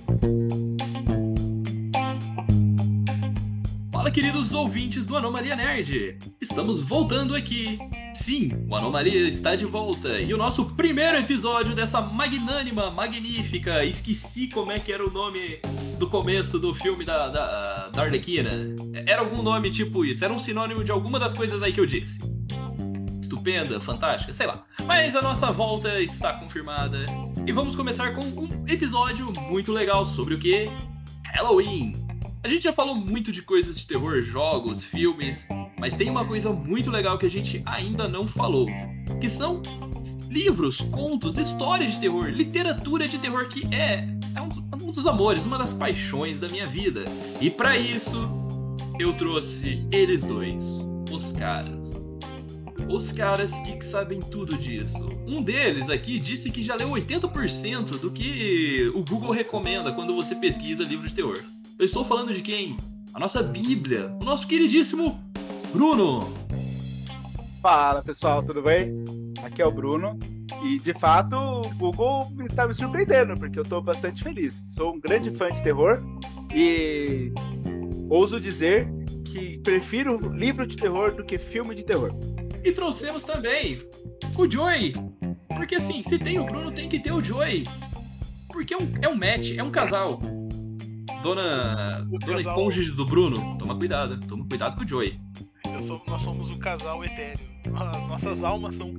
Fala, queridos ouvintes do Anomalia Nerd! Estamos voltando aqui. Sim, o Anomalia está de volta. E o nosso primeiro episódio dessa magnânima, magnífica... Esqueci como é que era o nome do começo do filme da Arlequina. Era algum nome tipo isso. Era um sinônimo de alguma das coisas aí que eu disse. Estupenda, fantástica, sei lá. Mas a nossa volta está confirmada. E vamos começar com um episódio muito legal sobre o que? Halloween. A gente já falou muito de coisas de terror, jogos, filmes, mas tem uma coisa muito legal que a gente ainda não falou, que são livros, contos, histórias de terror, literatura de terror, que é um dos amores, uma das paixões da minha vida. E pra isso, eu trouxe eles dois, os caras. Os caras que sabem tudo disso. Um deles aqui disse que já leu 80% do que o Google recomenda quando você pesquisa livro de terror. Eu estou falando de quem? A nossa Bíblia, o nosso queridíssimo Bruno. Fala pessoal, tudo bem? Aqui é o Bruno. E de fato o Google está me surpreendendo, porque eu estou bastante feliz. Sou um grande fã de terror e ouso dizer que prefiro livro de terror do que filme de terror. E trouxemos também o Joey. Porque assim, se tem o Bruno, tem que ter o Joey. Porque é um match, é um casal. Dona e cônjuge do Bruno, toma cuidado com o Joey. Nós somos um casal etéreo. As nossas almas são.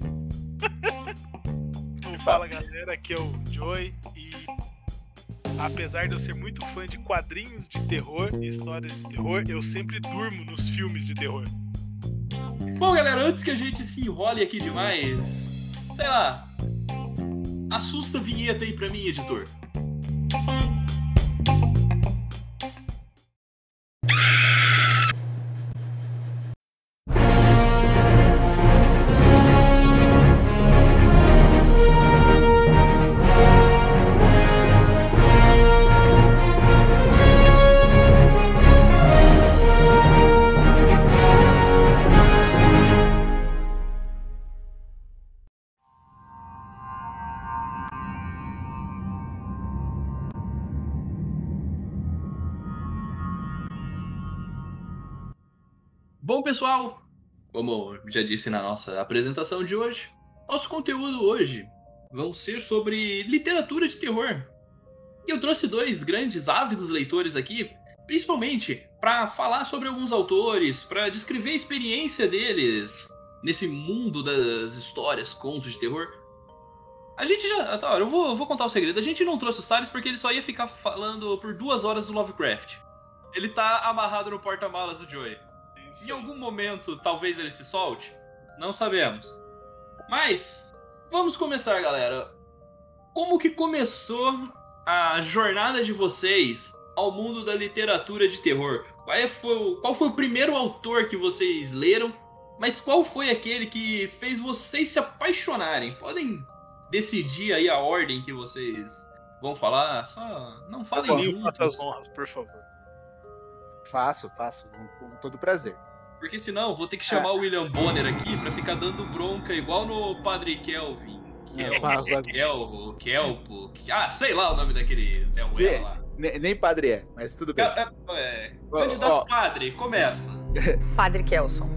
Então, fala galera, aqui é o Joey. E apesar de eu ser muito fã de quadrinhos de terror e histórias de terror, eu sempre durmo nos filmes de terror. Bom, galera, antes que a gente se enrole aqui demais, sei lá, assusta a vinheta aí pra mim, editor. Bom, pessoal, como já disse na nossa apresentação de hoje, nosso conteúdo hoje vão ser sobre literatura de terror. E eu trouxe dois grandes ávidos leitores aqui, principalmente para falar sobre alguns autores, para descrever a experiência deles nesse mundo das histórias, contos de terror. A gente já... Tá, eu vou contar o segredo. A gente não trouxe o Salles porque ele só ia ficar falando por 2 horas do Lovecraft. Ele tá amarrado no porta-malas do Joey. Em algum momento, talvez ele se solte? Não sabemos. Mas, vamos começar, galera. Como que começou a jornada de vocês ao mundo da literatura de terror? Qual foi o primeiro autor que vocês leram? Mas qual foi aquele que fez vocês se apaixonarem? Podem decidir aí a ordem que vocês vão falar, só não falem juntos. Faça as honras, por favor. Faço, com todo prazer. Porque senão eu vou ter que chamar o William Bonner aqui pra ficar dando bronca igual no Padre Kelvin. Kelpo. Sei lá o nome daquele Zé Uela lá. Nem padre é, mas tudo bem. Candidato padre, começa. Padre Kelson.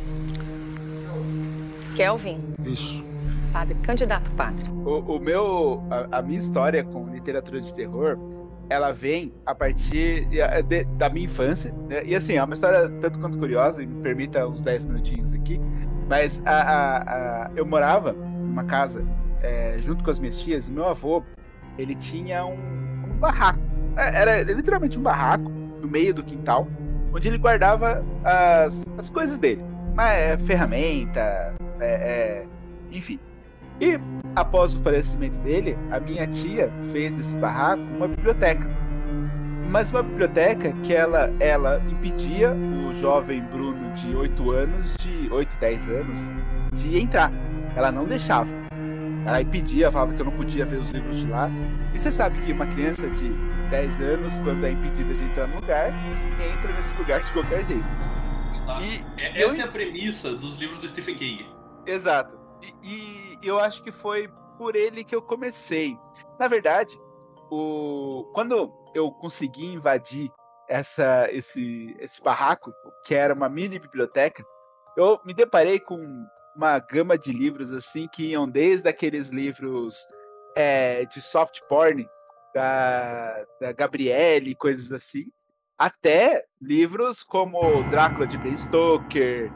Kelvin? Isso. Padre, candidato padre. A minha história com literatura de terror, ela vem a partir da minha infância, né? E assim, é uma história tanto quanto curiosa, e me permita uns 10 minutinhos aqui, mas eu morava numa casa junto com as minhas tias, e meu avô, ele tinha um barraco, era literalmente um barraco no meio do quintal, onde ele guardava as coisas dele, ferramenta, enfim. E após o falecimento dele, a minha tia fez desse barraco uma biblioteca. Mas uma biblioteca que ela impedia o jovem Bruno de 8 e 10 anos, de entrar. Ela não deixava. Ela impedia, falava que eu não podia ver os livros de lá. E você sabe que uma criança de 10 anos, quando é impedida de entrar no lugar, entra nesse lugar de qualquer jeito. Exato. Essa é a premissa dos livros do Stephen King. Exato. E eu acho que foi por ele que eu comecei. Na verdade, quando eu consegui invadir esse barraco, que era uma mini biblioteca, eu me deparei com uma gama de livros assim que iam desde aqueles livros de soft porn da Gabriele, coisas assim, até livros como Drácula de Bram Stoker,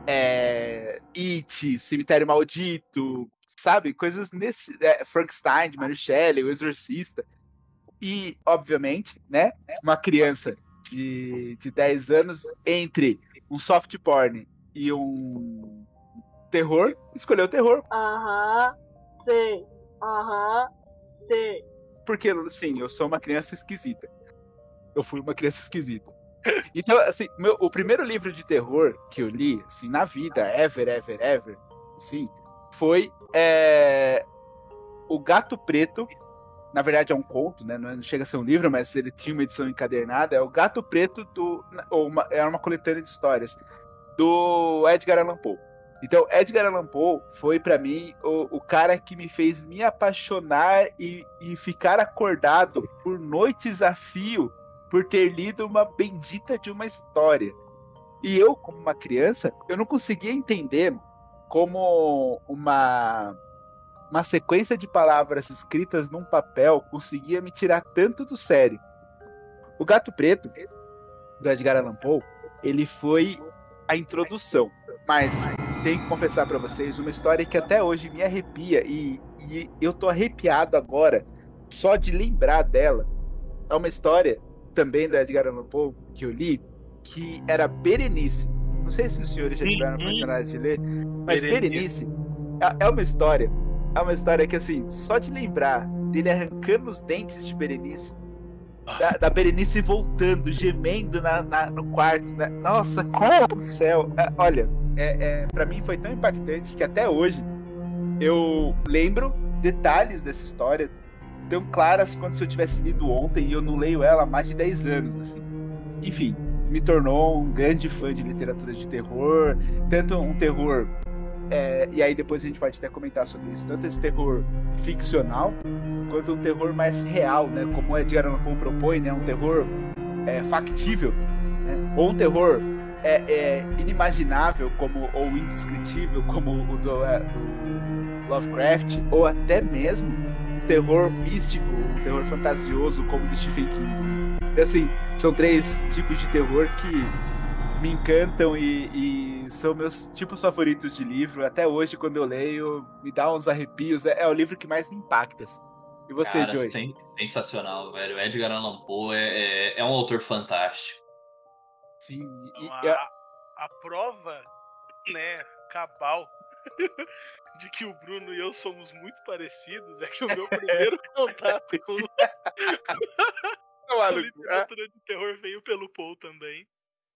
It, Cemitério Maldito, sabe? Coisas nesse... Frankenstein, de Mary Shelley, O Exorcista. E, obviamente, né? Uma criança de 10 anos, entre um soft porn e um terror, escolheu o terror. Sei. Porque, sim, eu sou uma criança esquisita. Eu fui uma criança esquisita. Então, assim, o primeiro livro de terror que eu li, assim, na vida, ever, assim, foi O Gato Preto. Na verdade é um conto, né? Não chega a ser um livro, mas ele tinha uma edição encadernada. É O Gato Preto era uma coletânea de histórias do Edgar Allan Poe. Então, Edgar Allan Poe foi pra mim o cara que me fez me apaixonar e ficar acordado por noites a fio por ter lido uma bendita de uma história. E eu, como uma criança, eu não conseguia entender como uma sequência de palavras escritas num papel conseguia me tirar tanto do sério. O Gato Preto, do Edgar Allan Poe, ele foi a introdução. Mas tenho que confessar para vocês uma história que até hoje me arrepia e eu tô arrepiado agora só de lembrar dela. É uma história também do Edgar Allan Poe que eu li, que era Berenice. Não sei se os senhores já tiveram a oportunidade de ler, mas Berenice é uma história que, assim, só de lembrar dele arrancando os dentes de Berenice, da Berenice voltando, gemendo no quarto, né? Nossa, cara do céu. Olha, pra mim foi tão impactante que até hoje eu lembro detalhes dessa história tão claras quanto se eu tivesse lido ontem, e eu não leio ela há mais de 10 anos, assim. Enfim, me tornou um grande fã de literatura de terror, tanto um terror... e aí depois a gente pode até comentar sobre isso, tanto esse terror ficcional quanto um terror mais real, né, como o Edgar Allan Poe propõe, né, um terror factível, né, ou um terror inimaginável ou indescritível, como o do Lovecraft, ou até mesmo um terror místico, um terror fantasioso como o do Stephen King. Então, assim, são 3 tipos de terror que me encantam e são meus tipos favoritos de livro. Até hoje, quando eu leio, me dá uns arrepios. É o livro que mais me impacta. E você, cara, Joey? Sensacional, velho. O Edgar Allan Poe é um autor fantástico. Sim. A prova, né, cabal de que o Bruno e eu somos muito parecidos é que o meu primeiro contato com a literatura de terror veio pelo Poe também.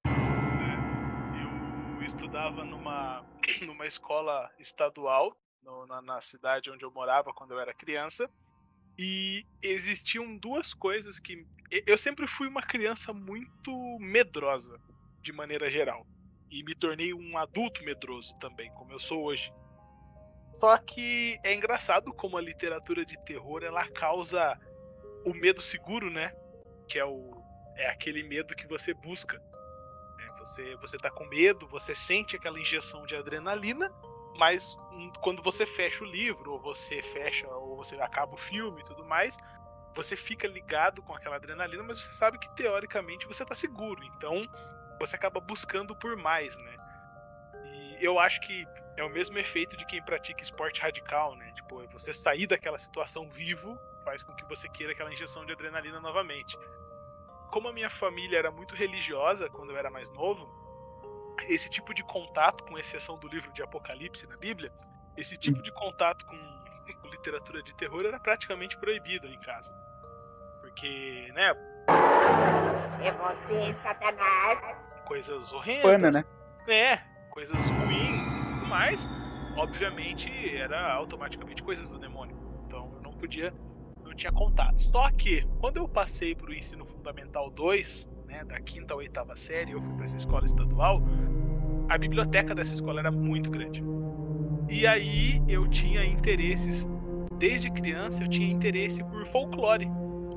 Eu estudava numa escola estadual na cidade onde eu morava quando eu era criança, e existiam 2 coisas que... Eu sempre fui uma criança muito medrosa, de maneira geral, e me tornei um adulto medroso também, como eu sou hoje. Só que é engraçado como a literatura de terror, ela causa o medo seguro, né? Que é aquele medo que você busca. Você tá com medo, você sente aquela injeção de adrenalina, mas quando você fecha o livro, ou você acaba o filme e tudo mais, você fica ligado com aquela adrenalina, mas você sabe que teoricamente você tá seguro, então você acaba buscando por mais, né? E eu acho que é o mesmo efeito de quem pratica esporte radical, né? Tipo, você sair daquela situação vivo faz com que você queira aquela injeção de adrenalina novamente. Como a minha família era muito religiosa quando eu era mais novo, esse tipo de contato, com exceção do livro de Apocalipse na Bíblia, esse tipo de contato com literatura de terror era praticamente proibido em casa. Porque, né? É você, Satanás. Coisas horrendas. Pana, né? Coisas ruins e tudo mais. Obviamente, era automaticamente coisas do demônio. Então eu não tinha contato. Só que, quando eu passei para o ensino fundamental 2, né, da 5ª à 8ª série, eu fui para essa escola estadual, a biblioteca dessa escola era muito grande. E aí eu tinha interesses, desde criança eu tinha interesse por folclore.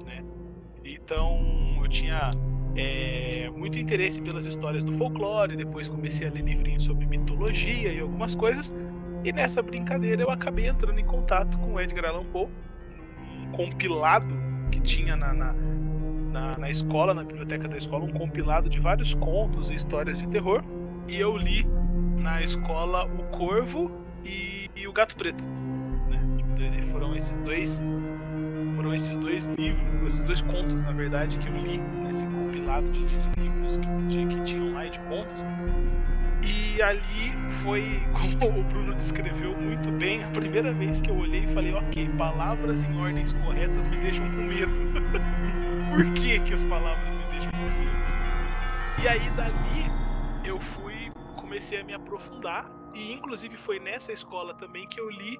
né? Então eu tinha muito interesse pelas histórias do folclore, depois comecei a ler livrinhos sobre mitologia e algumas coisas, e nessa brincadeira eu acabei entrando em contato com o Edgar Allan Poe, num compilado que tinha na escola, na biblioteca da escola, um compilado de vários contos e histórias de terror, e eu li na escola O Corvo e O Gato Preto, né? Foram esses dois livros, esses dois contos, na verdade, que eu li nesse compilado de livros que tinham lá e de contos. E ali foi, como o Bruno descreveu muito bem, a primeira vez que eu olhei e falei, ok, palavras em ordens corretas me deixam com medo. Por que as palavras me deixam com medo? E aí dali eu comecei a me aprofundar, e inclusive foi nessa escola também que eu li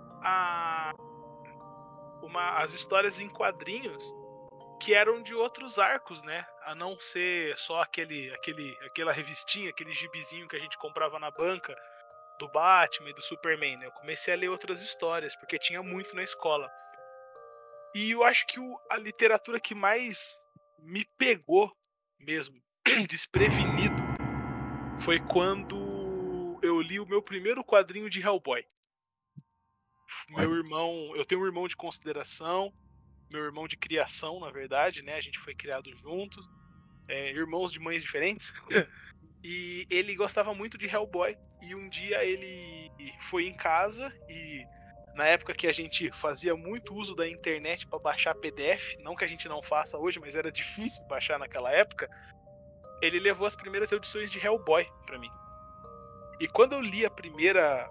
as histórias em quadrinhos que eram de outros arcos, né? A não ser só aquela revistinha, aquele gibizinho que a gente comprava na banca do Batman e do Superman, né? Eu comecei a ler outras histórias, porque tinha muito na escola. E eu acho que a literatura que mais me pegou mesmo, desprevenido, foi quando eu li o meu primeiro quadrinho de Hellboy. Meu irmão, eu tenho um irmão de consideração, meu irmão de criação, na verdade, né? A gente foi criado juntos, irmãos de mães diferentes. E ele gostava muito de Hellboy. E um dia ele foi em casa, e na época que a gente fazia muito uso da internet para baixar PDF, não que a gente não faça hoje, mas era difícil baixar naquela época, ele levou as primeiras edições de Hellboy para mim. E quando eu li a primeira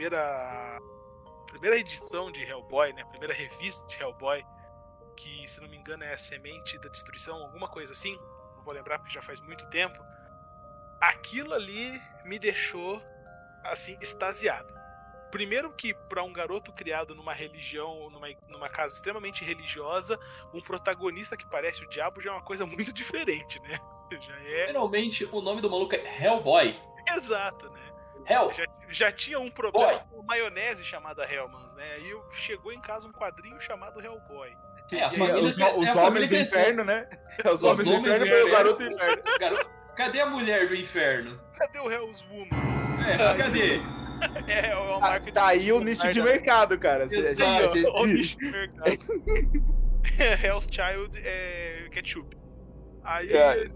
edição de Hellboy, né, a primeira revista de Hellboy, que, se não me engano, é a Semente da Destruição, alguma coisa assim, não vou lembrar porque já faz muito tempo, aquilo ali me deixou, assim, extasiado. Primeiro que, para um garoto criado numa religião, numa casa extremamente religiosa, um protagonista que parece o diabo já é uma coisa muito diferente, né? Finalmente, o nome do maluco é Hellboy. Exato, né? Hell. Já tinha um problema com maionese chamada Hellmann's, né? Aí chegou em casa um quadrinho chamado Hellboy. Os homens do inferno, né? Os homens do inferno e o garoto do inferno. Cadê a mulher do inferno? Cadê o Hell's Woman? Cadê? Uma marca tá aí o nicho de mercado, cara. O nicho de mercado. Hell's Child ketchup. Aí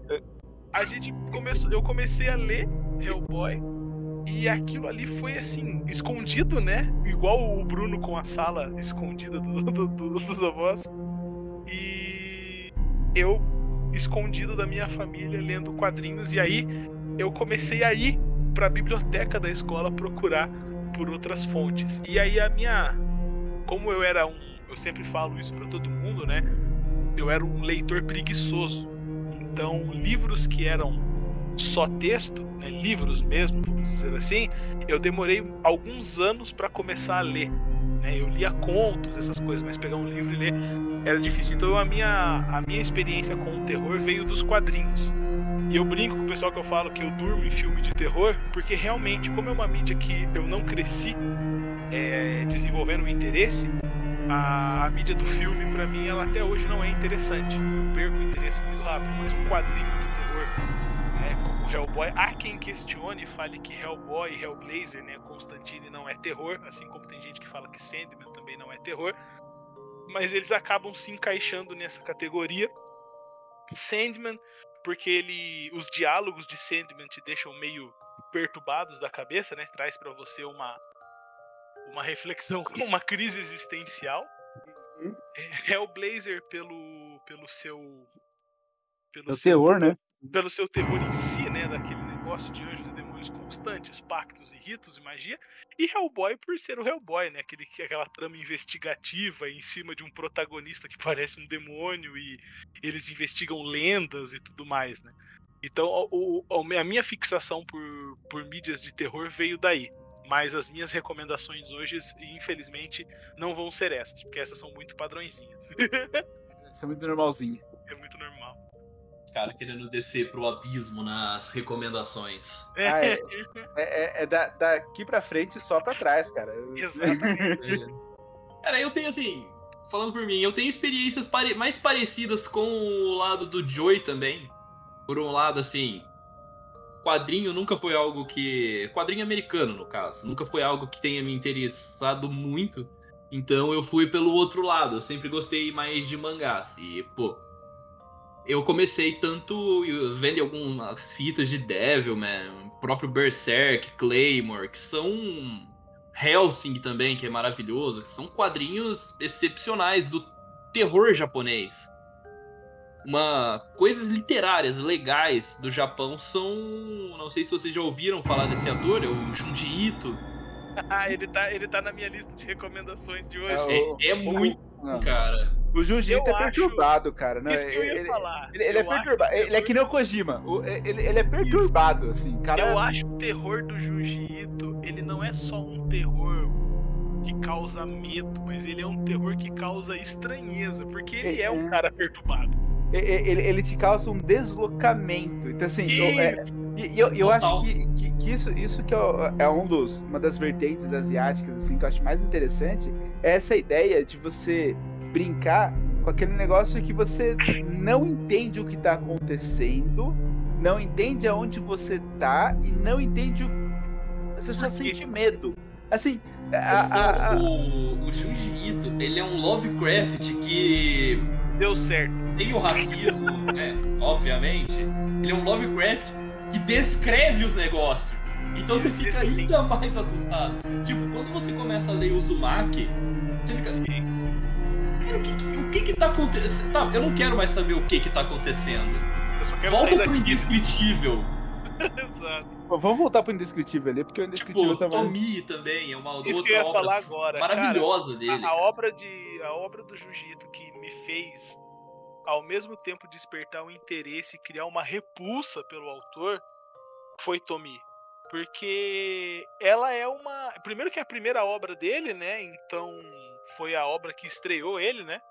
eu comecei a ler Hellboy, e aquilo ali foi assim, escondido, né? Igual o Bruno com a sala escondida dos avós. E eu, escondido da minha família, lendo quadrinhos. E aí eu comecei a ir pra biblioteca da escola procurar por outras fontes. E aí como eu era eu sempre falo isso pra todo mundo, né? Eu era um leitor preguiçoso. Então, livros que eram só texto, né, livros mesmo, vamos dizer assim, eu demorei alguns anos para começar a ler, né? Eu lia contos, essas coisas, mas pegar um livro e ler era difícil. Então a minha experiência com o terror veio dos quadrinhos. E eu brinco com o pessoal que eu falo que eu durmo em filme de terror, porque realmente, como é uma mídia que eu não cresci desenvolvendo o interesse, a mídia do filme, pra mim, ela até hoje não é interessante. Eu perco o interesse muito rápido, mas um quadrinho de terror, como Hellboy, há quem questione e fale que Hellboy e Hellblazer, né, Constantine, não é terror, assim como tem gente que fala que Sandman também não é terror, mas eles acabam se encaixando nessa categoria. Sandman, porque os diálogos de Sandman te deixam meio perturbados da cabeça, né, traz pra você uma reflexão, uma crise existencial. Hellblazer pelo seu terror, né? Pelo seu terror em si, né, daquele negócio de anjos e demônios constantes, pactos e ritos e magia. E Hellboy por ser o Hellboy, né, aquela trama investigativa em cima de um protagonista que parece um demônio, e eles investigam lendas e tudo mais, né. Então a minha fixação por mídias de terror veio daí. Mas as minhas recomendações hoje, infelizmente, não vão ser essas, porque essas são muito padrõezinhas. Isso é muito normalzinho. É muito normal. Cara, querendo descer pro abismo nas recomendações. Daqui pra frente só pra trás, cara. Exatamente. Cara, eu tenho assim... falando por mim, eu tenho experiências mais parecidas com o lado do Joey também. Por um lado, assim, quadrinho nunca foi algo que... Quadrinho americano, no caso. Nunca foi algo que tenha me interessado muito. Então eu fui pelo outro lado. Eu sempre gostei mais de mangás. E, pô, eu comecei tanto vendo algumas fitas de Devilman, o próprio Berserk, Claymore, que são... Hellsing também, que é maravilhoso. Que são quadrinhos excepcionais do terror japonês. Coisas literárias legais do Japão são... Não sei se vocês já ouviram falar desse ator, é o Junji Ito. ele tá na minha lista de recomendações de hoje. É muito bom, cara. O Junji Ito é perturbado, cara. Não, isso que eu ia falar. Ele é perturbado. Ele é que nem o Kojima. Ele é perturbado, assim. Cara... Eu acho o terror do Junji Ito, ele não é só um terror que causa medo, mas ele é um terror que causa estranheza, porque ele é um cara perturbado. Ele te causa um deslocamento. Então, assim, eu acho que isso que é uma das vertentes asiáticas, assim, que eu acho mais interessante, é essa ideia de você brincar com aquele negócio que você não entende o que tá acontecendo, não entende aonde você tá e não entende você só sente medo. Assim, o Junji Ito, ele é um Lovecraft que... Deu certo. Tem o racismo, né? Obviamente. Ele é um Lovecraft que descreve os negócios. Então você fica ainda mais assustado. Tipo, quando você começa a ler o Uzumaki, você fica assim... O que tá acontecendo? Tá, eu não quero mais saber o que tá acontecendo. Eu só quero Volta pro indescritível. Exato. Vamos voltar pro indescritível ali, porque o indescritível também... Tomi também é uma Isso outra que eu ia obra falar agora. maravilhosa Cara, dele. A obra do Junji Ito que me fez, ao mesmo tempo, despertar um interesse e criar uma repulsa pelo autor, foi Tomi. Porque ela é uma... Primeiro que é a primeira obra dele, né? Então foi a obra que estreou ele, né?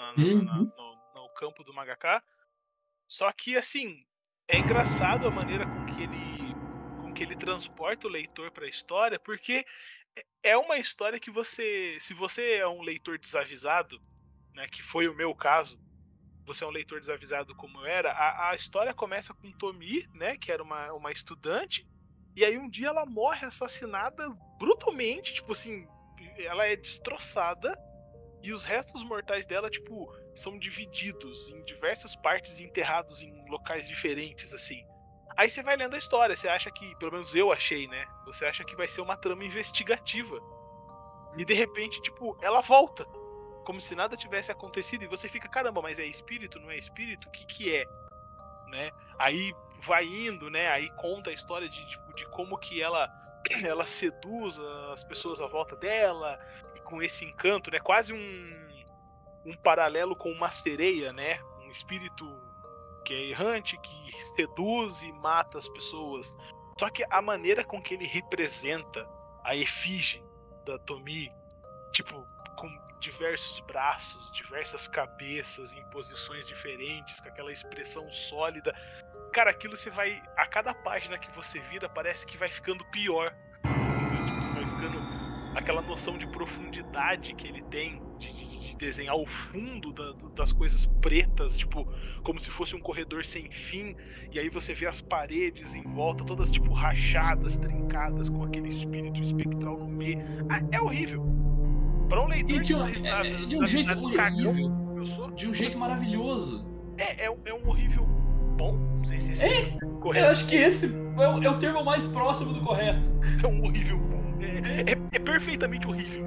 No campo do mangaka. Só que, assim, é engraçado a maneira com que ele transporta o leitor para a história, porque é uma história que se você é um leitor desavisado, né, que foi o meu caso, você é um leitor desavisado como eu era, a história começa com Tomi, né, que era uma estudante, e aí um dia ela morre assassinada brutalmente, tipo assim, ela é destroçada, e os restos mortais dela, tipo, são divididos em diversas partes e enterrados em locais diferentes, assim. Aí você vai lendo a história, você acha que, pelo menos eu achei, né? Você acha que vai ser uma trama investigativa. E de repente, tipo, ela volta. Como se nada tivesse acontecido. E você fica, caramba, mas é espírito, não é espírito? O que é? Né? Aí vai indo, né? Aí conta a história de como que ela seduz as pessoas à volta dela. Com esse encanto, né? Quase um paralelo com uma sereia, né? Um espírito que é errante, que seduz e mata as pessoas. Só que a maneira com que ele representa a efígie da Tomi, tipo, com diversos braços, diversas cabeças em posições diferentes, com aquela expressão sólida, cara, aquilo você vai... A cada página que você vira, parece que vai ficando pior. Vai ficando aquela noção de profundidade que ele tem, de desenhar o fundo das coisas pretas, tipo, como se fosse um corredor sem fim, e aí você vê as paredes em volta, todas tipo rachadas, trincadas, com aquele espírito espectral no meio. É horrível. Para um leitor de um jeito horrível, eu sou de um jeito maravilhoso. É um horrível bom, não sei se é correto. Eu acho que esse é o termo mais próximo do correto. É um horrível bom. É perfeitamente horrível.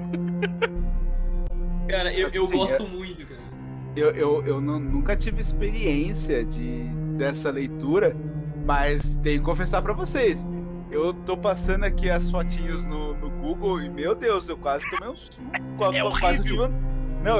Cara, eu gosto muito, cara. Eu nunca tive experiência dessa leitura, mas tenho que confessar pra vocês. Eu tô passando aqui as fotinhos no Google e, meu Deus, eu quase tomei um suco. Quase tive um... Não,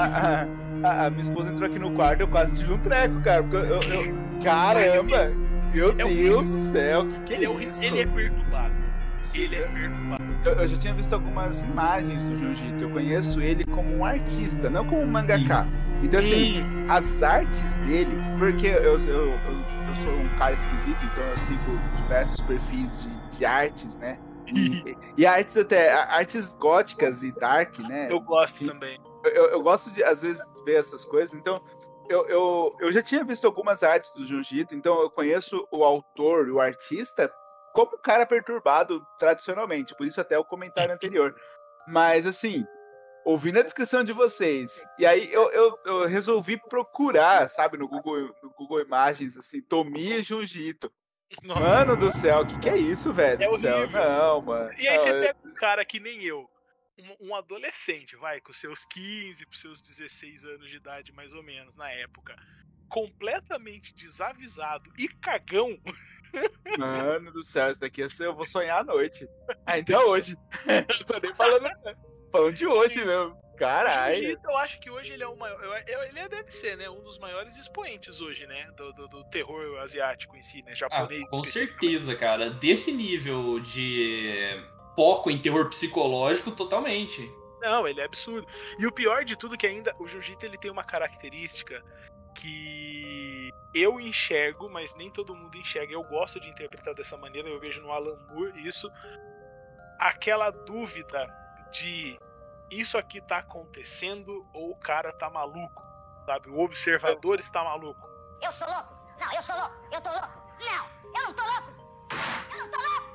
a minha esposa entrou aqui no quarto, eu quase tive um treco, cara. Porque caramba! Meu Deus do céu, que é isso? Ele é perturbado. Ele é perturbado. Eu já tinha visto algumas imagens do Junji Ito. Eu conheço ele como um artista, não como um mangaka. Então, assim, as artes dele... Porque eu sou um cara esquisito, então eu sigo diversos perfis de artes, né? E artes até... Artes góticas e dark, né? Eu gosto também. eu gosto de, às vezes, ver essas coisas, então eu já tinha visto algumas artes do Junjito, então eu conheço o autor, o artista, como um cara perturbado tradicionalmente, por isso até o comentário anterior. Mas, assim, ouvindo a descrição de vocês, e aí eu resolvi procurar, sabe, no Google Imagens, assim, Tomiya Junjito. Nossa, Mano do céu, que é isso, velho? É do céu? horrível. Não, mano. E aí não, você pega um cara que nem eu, um adolescente, vai, com seus 15 para seus 16 anos de idade, mais ou menos, na época, completamente desavisado e cagão. Mano do céu, isso daqui eu vou sonhar à noite. Ainda hoje. Não tô nem falando de hoje mesmo. O Caralho. Junjito, eu acho que hoje ele é o maior. Ele deve ser, né? Um dos maiores expoentes hoje, né? Do terror asiático em si, né? Japonês. Com certeza, cara. Desse nível de foco em terror psicológico, totalmente. Não, ele é absurdo. E o pior de tudo é que ainda o Jiu-Jitsu ele tem uma característica que eu enxergo, mas nem todo mundo enxerga. Eu gosto de interpretar dessa maneira, eu vejo no Alan Moore isso. Aquela dúvida de isso aqui tá acontecendo ou o cara tá maluco, sabe? O observador está maluco. Eu sou louco? Não, eu sou louco. Eu tô louco? Não, eu não tô louco. Eu não tô louco.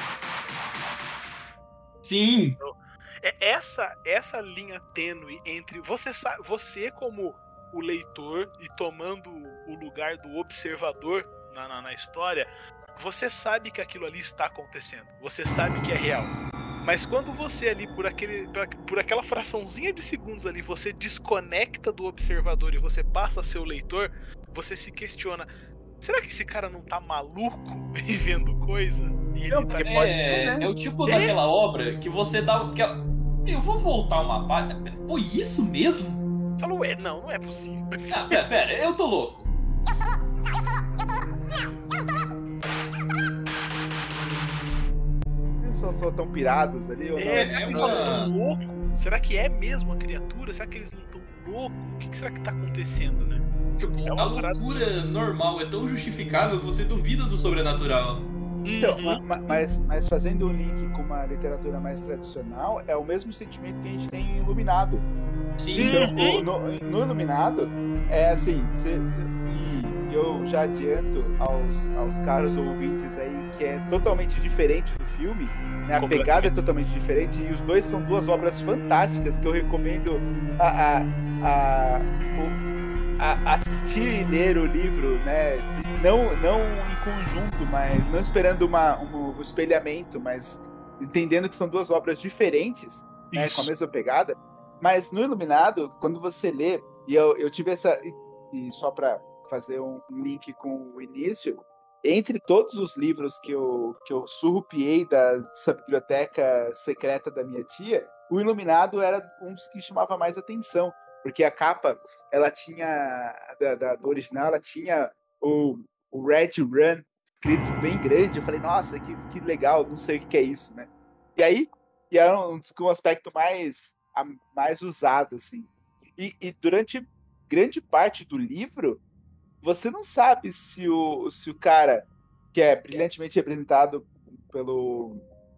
Sim. É essa linha tênue entre você como o leitor e tomando o lugar do observador na história, você sabe que aquilo ali está acontecendo, você sabe que é real. Mas quando você ali, por aquela fraçãozinha de segundos ali, você desconecta do observador e você passa a ser o leitor, você se questiona, será que esse cara não tá maluco e vendo coisa? E ele tá... pode ser, né? É o tipo daquela obra que você dá... Eu vou voltar uma parte... Foi isso mesmo? Falou, não é possível. Ah, pera, eu tô louco. Eu sou louco. Não, eu sou louco. Eu tô louco. Não, eu não tô louco. Eles são tão pirados ali ou não? Será que eles só não tão loucos? Será que é mesmo a criatura? Será que eles não estão loucos? O que será que tá acontecendo, né? Tipo, É a uma parada loucura normal é tão justificável que você duvida do sobrenatural. Então, mas fazendo o link com uma literatura mais tradicional, é o mesmo sentimento que a gente tem em Iluminado. Sim. Então, no Iluminado, é assim, e eu já adianto aos caros ouvintes aí que é totalmente diferente do filme, né? A pegada é totalmente diferente e os dois são duas obras fantásticas que eu recomendo a assistir e ler o livro, né? Não em conjunto, mas não esperando um espelhamento, mas entendendo que são duas obras diferentes, né? Com a mesma pegada. Mas no Iluminado, quando você lê, e eu tive essa... E só para fazer um link com o início, entre todos os livros que eu surrupiei dessa biblioteca secreta da minha tia, o Iluminado era um dos que chamava mais atenção, porque a capa, ela tinha, do original, ela tinha o Red Run escrito bem grande. Eu falei, nossa, que legal, não sei o que é isso, né? E aí, era um aspecto mais usado, assim. E durante grande parte do livro, você não sabe se o cara, que é brilhantemente representado pelo...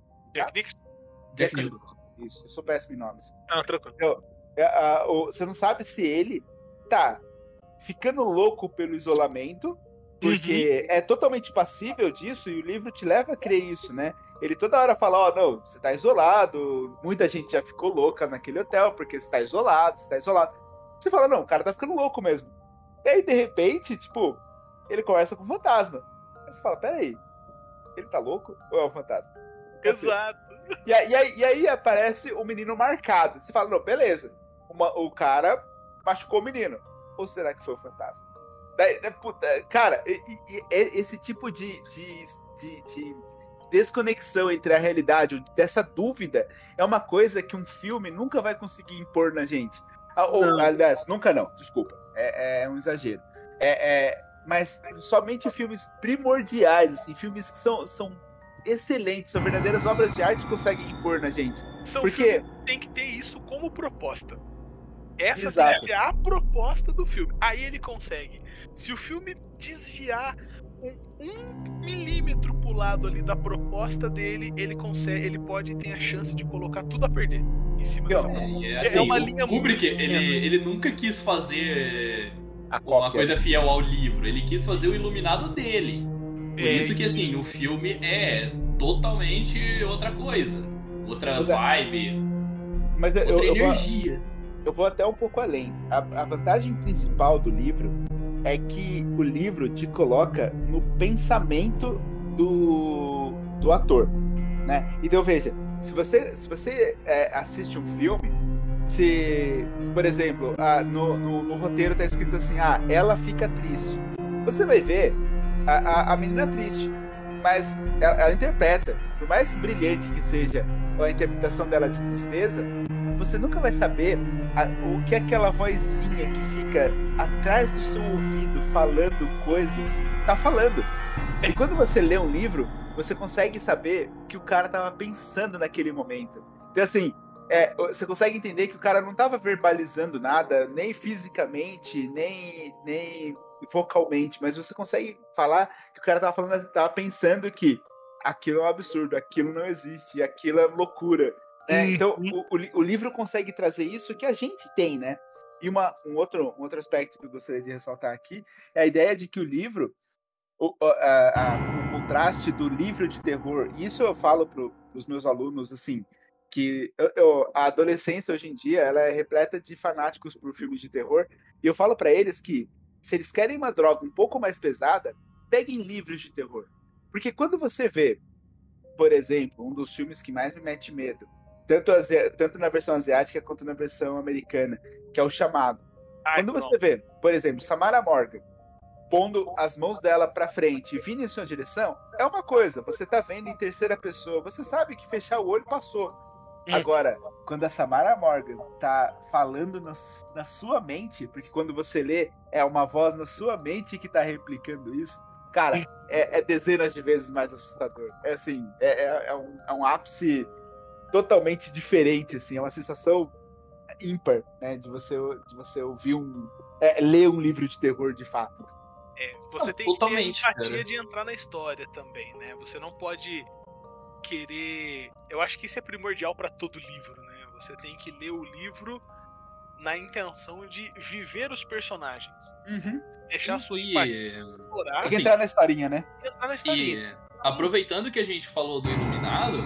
Jack Nicholson. Isso, eu sou péssimo em nomes. Ah, tranquilo. Você não sabe se ele tá ficando louco pelo isolamento, porque é totalmente passível disso, e o livro te leva a crer isso, né? Ele toda hora fala, não, você tá isolado, muita gente já ficou louca naquele hotel, porque você tá isolado. Você fala, não, o cara tá ficando louco mesmo. E aí, de repente, tipo, ele conversa com o fantasma. Aí você fala, peraí, ele tá louco ou é um fantasma? Exato. E aí aparece o menino marcado. Você fala, não, beleza, o cara machucou o menino. Ou será que foi o fantasma? Cara, esse tipo de desconexão entre a realidade, dessa dúvida, é uma coisa que um filme nunca vai conseguir impor na gente. Aliás, nunca não, desculpa. É um exagero. Mas somente filmes primordiais, assim, filmes que são excelentes, são verdadeiras obras de arte que conseguem impor na gente. Porque tem que ter isso como proposta. Essa Exato. deve ser a proposta do filme. Aí ele consegue. Se o filme desviar um milímetro pro lado ali da proposta dele, ele pode ter a chance de colocar tudo a perder em cima dessa proposta. Assim, uma o linha Kubrick, muito ele nunca quis fazer A uma cópia. coisa fiel ao livro, ele quis fazer o iluminado dele. Por É, isso que, assim, o filme é totalmente outra coisa. Outra vibe, Mas outra energia. eu vou até um pouco além. A vantagem principal do livro é que o livro te coloca no pensamento do ator, né? Então veja, se você assiste um filme, se por exemplo, no roteiro tá escrito assim, ela fica triste. Você vai ver a menina triste, mas ela interpreta, por mais brilhante que seja a interpretação dela de tristeza, você nunca vai saber o que aquela vozinha que fica atrás do seu ouvido falando coisas tá falando. E quando você lê um livro, você consegue saber o que o cara tava pensando naquele momento. Então assim, você consegue entender que o cara não tava verbalizando nada, nem fisicamente, nem vocalmente, mas você consegue falar que o cara tava pensando que aquilo é um absurdo, aquilo não existe, aquilo é loucura. Né? Então, o livro consegue trazer isso que a gente tem, né? E um outro aspecto que eu gostaria de ressaltar aqui é a ideia de que o livro, o contraste do livro de terror, e isso eu falo para os meus alunos, assim, que a adolescência hoje em dia ela é repleta de fanáticos por filmes de terror, e eu falo para eles que se eles querem uma droga um pouco mais pesada, peguem livros de terror. Porque quando você vê, por exemplo, um dos filmes que mais me mete medo, tanto na versão asiática quanto na versão americana, que é O Chamado. Quando você vê, por exemplo, Samara Morgan pondo as mãos dela pra frente e vindo em sua direção, é uma coisa, você tá vendo em terceira pessoa, você sabe que fechar o olho passou. Agora, quando a Samara Morgan tá falando na sua mente, porque quando você lê, é uma voz na sua mente que tá replicando isso, cara, é dezenas de vezes mais assustador. É assim, é um ápice totalmente diferente, assim, é uma sensação ímpar, né, de você ouvir ler um livro de terror de fato. Você tem que ter empatia de entrar na história também, né? Você não pode querer... Eu acho que isso é primordial para todo livro, né? Você tem que ler o livro na intenção de viver os personagens. Deixar a sua empatia explorar. Tem que entrar na historinha, né? Entrar na historinha. E aproveitando que a gente falou do Iluminado,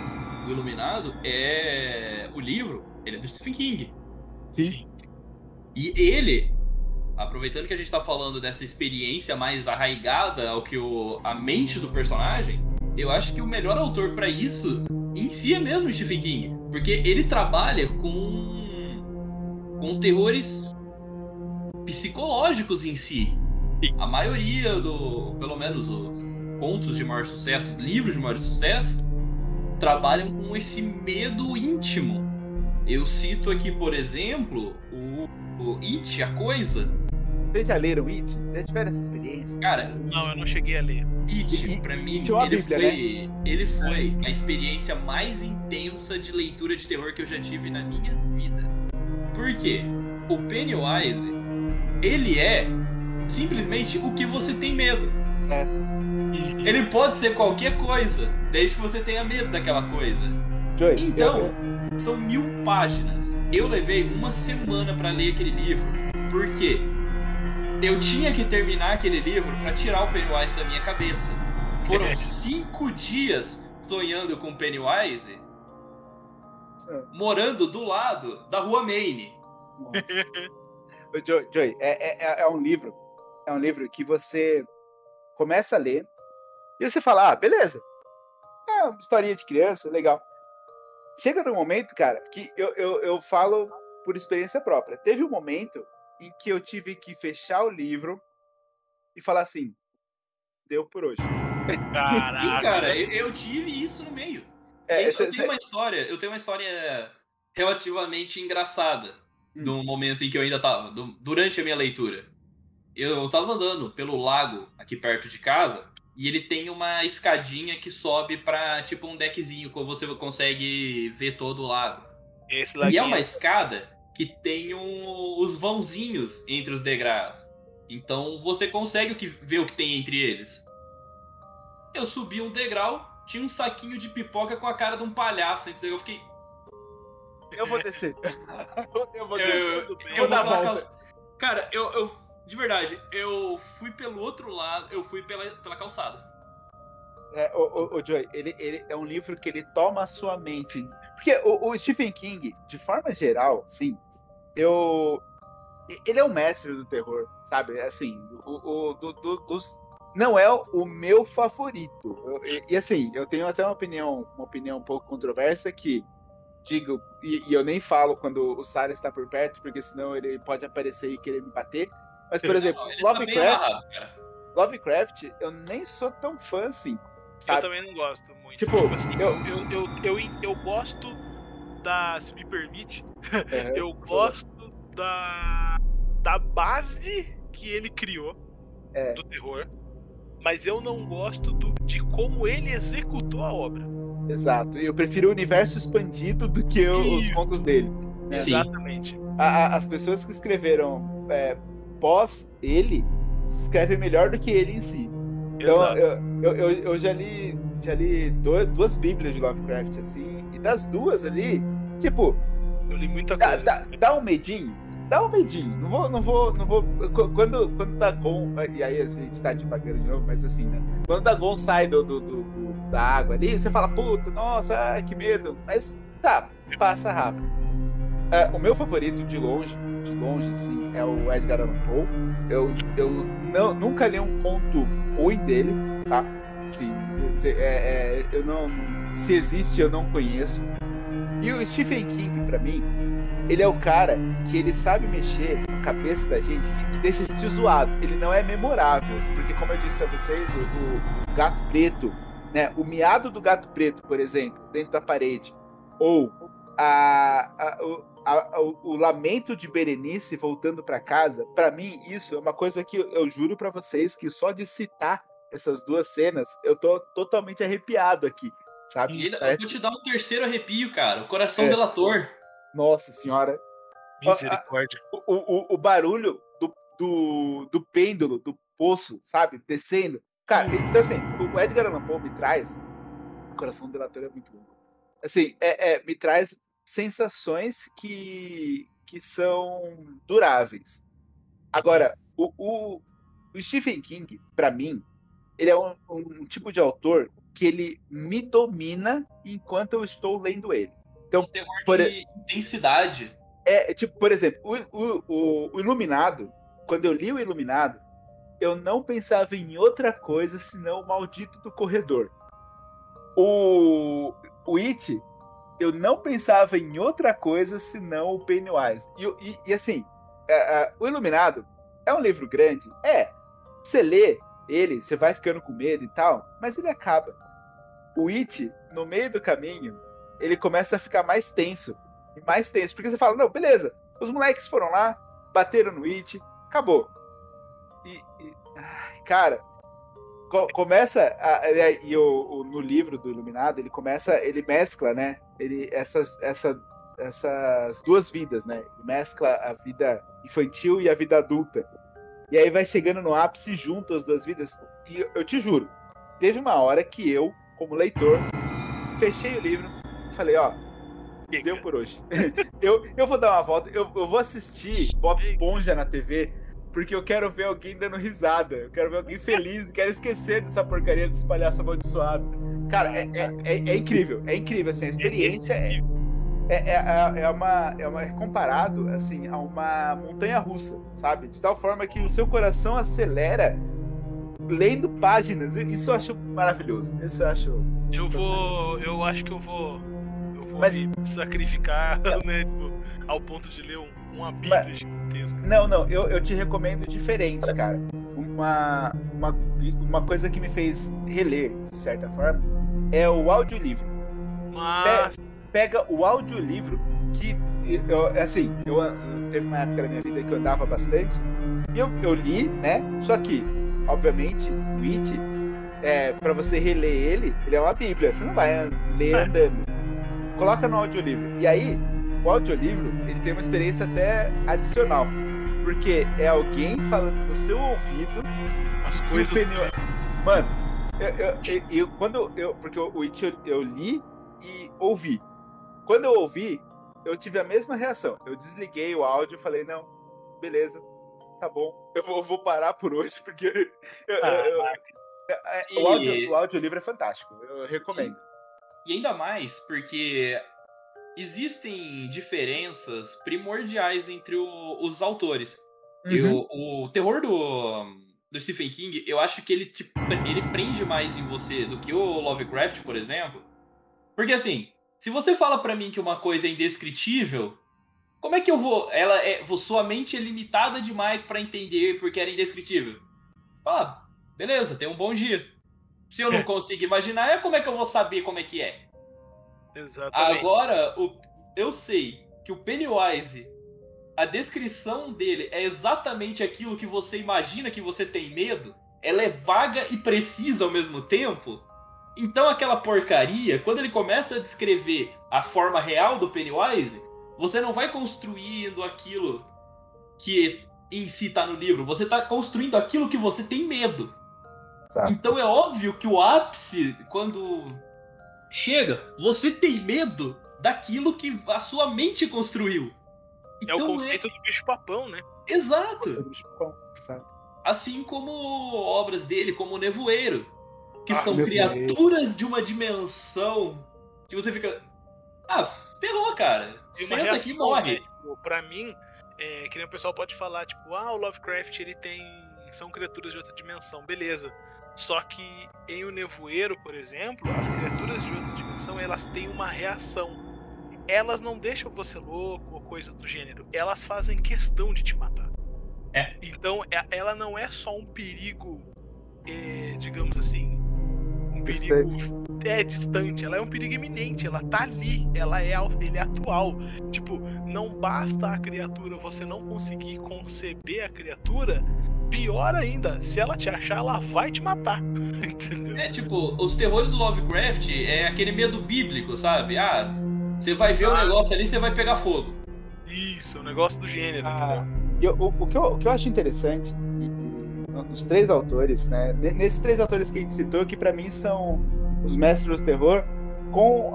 o livro, ele é do Stephen King. Sim. E ele, aproveitando que a gente tá falando dessa experiência mais arraigada ao que a mente do personagem, eu acho que o melhor autor pra isso em si é mesmo o Stephen King, porque ele trabalha com terrores psicológicos em si. A maioria pelo menos os contos de maior sucesso, livros de maior sucesso, trabalham com esse medo íntimo. Eu cito aqui, por exemplo, o It, A Coisa. Vocês já leram It? Vocês já tiveram essa experiência? Cara, não, eu não cheguei a ler. It, pra mim, It é uma Bíblia, ele foi a experiência mais intensa de leitura de terror que eu já tive na minha vida. Por quê? O Pennywise, ele é simplesmente o que você tem medo. Ele pode ser qualquer coisa, desde que você tenha medo daquela coisa. Joey, então, são 1000 páginas. Eu levei uma semana pra ler aquele livro, porque eu tinha que terminar aquele livro pra tirar o Pennywise da minha cabeça. Foram 5 dias sonhando com o Pennywise, morando do lado da Rua Maine. Joey, é um livro que você começa a ler e você fala, beleza, é uma historinha de criança, legal. Chega num momento, cara, que eu falo por experiência própria. Teve um momento em que eu tive que fechar o livro e falar assim, deu por hoje. Caraca. Sim, cara, eu tive isso no meio. Eu tenho uma história relativamente engraçada do momento em que eu ainda tava, durante a minha leitura. Eu tava andando pelo lago aqui perto de casa e ele tem uma escadinha que sobe pra tipo um deckzinho, que você consegue ver todo o lago. E é uma escada que tem os vãozinhos entre os degraus. Então você consegue ver o que tem entre eles. Eu subi um degrau, tinha um saquinho de pipoca com a cara de um palhaço, entendeu? Eu fiquei... Eu vou descer. Eu vou Eu vou dar a pela volta. Cara, de verdade, eu fui pelo outro lado, eu fui pela calçada. O Joey, ele é um livro que ele toma a sua mente. Porque o Stephen King, de forma geral, sim, ele é um mestre do terror, sabe? Assim, não é o meu favorito. E assim, eu tenho até uma opinião um pouco controversa que digo, e eu nem falo quando o Sarah está por perto, porque senão ele pode aparecer e querer me bater. Mas, por exemplo, Lovecraft, eu nem sou tão fã assim. Sabe? Eu também não gosto muito. Tipo, assim, eu gosto da... Se me permite, eu gosto da base que ele criou do terror, mas eu não gosto de como ele executou a obra. Exato. Eu prefiro o universo expandido do que os contos dele. Né? Exatamente. As pessoas que escreveram pós ele escrevem melhor do que ele em si. Então, eu já li duas bíblias de Lovecraft, assim, e das duas ali, tipo... Eu li muita coisa. Dá um medinho. Não vou... Quando Dagon... E aí a gente tá devagando de novo, mas assim, né? Quando Dagon sai da água ali, você fala, puta, nossa, que medo. Mas tá, passa rápido. O meu favorito, de longe, sim, é o Edgar Allan Poe. Eu nunca li um conto ruim dele, tá? Sim, eu não... Se existe, eu não conheço. E o Stephen King, pra mim, ele é o cara que ele sabe mexer com a cabeça da gente, que deixa a gente zoado. Ele não é memorável, porque como eu disse a vocês, o gato preto, né? O miado do gato preto, por exemplo, dentro da parede, ou o lamento de Berenice voltando pra casa, pra mim isso é uma coisa que eu juro pra vocês que só de citar essas duas cenas, eu tô totalmente arrepiado aqui, sabe? Eu vou te dar um terceiro arrepio, cara. O coração delator. Nossa senhora. Misericórdia. O barulho do pêndulo, do poço, sabe? Descendo. Cara, então assim, o Edgar Allan Poe me traz... O coração delator é muito bom. Assim, me traz sensações que são duráveis. Agora, o Stephen King, pra mim, ele é um tipo de autor que ele me domina enquanto eu estou lendo ele. Então, terror de intensidade. Tipo, por exemplo, o Iluminado, quando eu li o Iluminado, eu não pensava em outra coisa senão o maldito do corredor. O It, eu não pensava em outra coisa senão o Pennywise. E assim, o Iluminado é um livro grande. Você lê ele, você vai ficando com medo e tal, mas ele acaba. O It, no meio do caminho, ele começa a ficar mais tenso. E mais tenso. Porque você fala, não, beleza, os moleques foram lá, bateram no It, acabou. Cara, começa no livro do Iluminado, ele mescla, né? Essas duas vidas, né? Ele mescla a vida infantil e a vida adulta. E aí vai chegando no ápice junto as duas vidas. E eu te juro, teve uma hora que eu, como leitor, fechei o livro e falei, deu por hoje. eu vou dar uma volta, eu vou assistir Bob Esponja na TV, porque eu quero ver alguém dando risada, eu quero ver alguém feliz, quero esquecer dessa porcaria desse palhaço amaldiçoado. Cara, é incrível, assim, a experiência é comparado, assim, a uma montanha-russa, sabe? De tal forma que o seu coração acelera lendo páginas, isso eu acho maravilhoso, isso eu acho... Eu acho que eu vou me sacrificar, né, ao ponto de ler uma bíblia gigantesca. Não, eu te recomendo diferente, cara. Uma coisa que me fez reler, de certa forma, é o audiolivro. Mas... Pega o audiolivro, que teve uma época da minha vida que eu andava bastante, e eu li, né, só que, obviamente, o It, pra você reler ele é uma bíblia, você não vai ler andando. Coloca no audiolivro. E aí, o audiolivro, ele tem uma experiência até adicional. Porque é alguém falando no seu ouvido as coisas... Mano, Porque o It eu li e ouvi. Quando eu ouvi, eu tive a mesma reação. Eu desliguei o áudio e falei, não, beleza, tá bom. Eu vou parar por hoje, porque o audiolivro é fantástico. Eu recomendo. Sim. E ainda mais porque existem diferenças primordiais entre os autores. O terror do Stephen King, eu acho que ele prende mais em você do que o Lovecraft, por exemplo. Porque assim, se você fala pra mim que uma coisa é indescritível, como é que eu vou... sua mente é limitada demais pra entender porque era indescritível. Beleza, tem um bom dia. Se eu não consigo imaginar, como é que eu vou saber como é que é? Exatamente. Agora, eu sei que o Pennywise, a descrição dele é exatamente aquilo que você imagina que você tem medo. Ela é vaga e precisa ao mesmo tempo. Então aquela porcaria, quando ele começa a descrever a forma real do Pennywise, você não vai construindo aquilo que em si tá no livro. Você tá construindo aquilo que você tem medo. Exato. Então é óbvio que o ápice, quando chega, você tem medo daquilo que a sua mente construiu. É o conceito do bicho-papão, né? Exato. Exato. Assim como obras dele, como o Nevoeiro, que são Nevoeiro. criaturas de uma dimensão que você fica... ferrou, cara. Tem uma Senta aqui e morre. né? Tipo, pra mim, que nem o pessoal pode falar, tipo, o Lovecraft, ele são criaturas de outra dimensão, beleza. Só que em O Nevoeiro, por exemplo, as criaturas de outra dimensão, elas têm uma reação. Elas não deixam você louco ou coisa do gênero. Elas fazem questão de te matar. Então, ela não é só um perigo, digamos assim, um perigo distante. Ela é um perigo iminente. Ela tá ali. Ele é atual. Tipo, não basta a criatura, você não conseguir conceber a criatura. Pior ainda, se ela te achar, ela vai te matar. Entendeu? Tipo, os terrores do Lovecraft é aquele medo bíblico, sabe? Você vai ver o negócio ali, você vai pegar fogo. Isso, o negócio do gênero, entendeu? E o que eu acho interessante nos três autores, né? Nesses três autores que a gente citou, que pra mim são os mestres do terror, com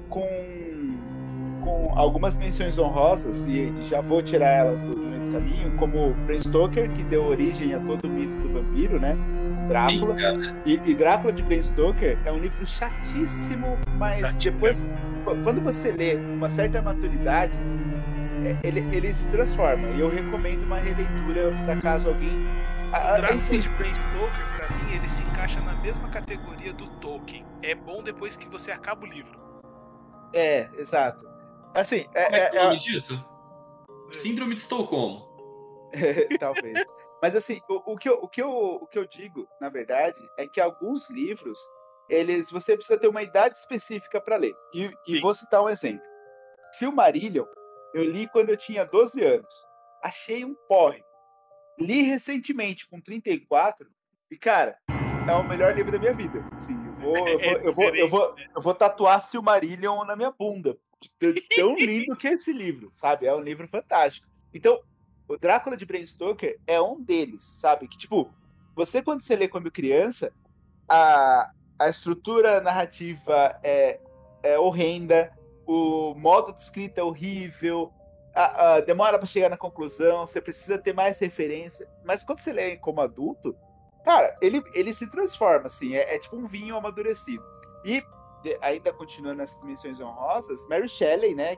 algumas menções honrosas, e já vou tirar elas do meio do caminho, como Bram Stoker, que deu origem a todo o mito do vampiro, né? Drácula. E Drácula de Bram Stoker é um livro chatíssimo, mas depois, quando você lê uma certa maturidade, ele se transforma. E eu recomendo uma releitura para caso alguém... Drácula de Bram Stoker, pra mim, ele se encaixa na mesma categoria do Tolkien. É bom depois que você acaba o livro. Exato. Assim, Como é que é o nome disso? Síndrome de Estocolmo. Talvez. Mas assim, o que eu digo, na verdade, é que alguns livros, você precisa ter uma idade específica para ler. E vou citar um exemplo. Silmarillion, eu li quando eu tinha 12 anos. Achei um porre. Li recentemente, com 34, e, cara, é o melhor livro da minha vida. Assim, eu vou tatuar Silmarillion na minha bunda. Tão lindo que é esse livro, sabe? É um livro fantástico. Então, o Drácula de Bram Stoker é um deles, sabe? Que, tipo, quando você lê quando criança, a estrutura narrativa é horrenda, o modo de escrita é horrível, demora pra chegar na conclusão, você precisa ter mais referência. Mas quando você lê como adulto, cara, ele se transforma, assim, é tipo um vinho amadurecido. E, ainda continuando nessas menções honrosas, Mary Shelley, né,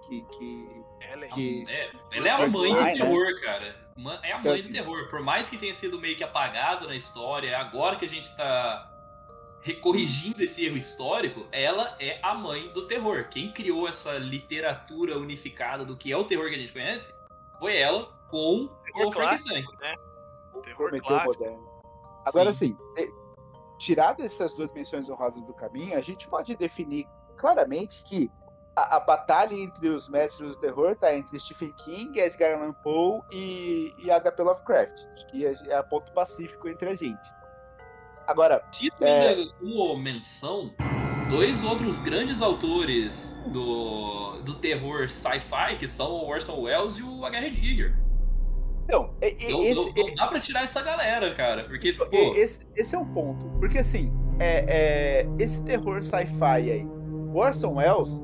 ela é a mãe do terror, né? cara. É a mãe do terror. Por mais que tenha sido meio que apagado na história, agora que a gente tá corrigindo esse erro histórico, ela é a mãe do terror. Quem criou essa literatura unificada do que é o terror que a gente conhece foi ela com o Frankenstein. Né? Terror moderno. Agora, sim, tirado essas duas menções honrosas do caminho, a gente pode definir claramente que a batalha entre os mestres do terror está entre Stephen King, Edgar Allan Poe e H.P. Lovecraft. Acho que é ponto pacífico entre a gente. Agora, cito ainda como menção dois outros grandes autores do terror sci-fi, que são o Orson Welles e o H.R. Giger. Então, não dá pra tirar essa galera, cara, porque esse é um ponto, porque assim, esse terror sci-fi aí. O Orson Welles,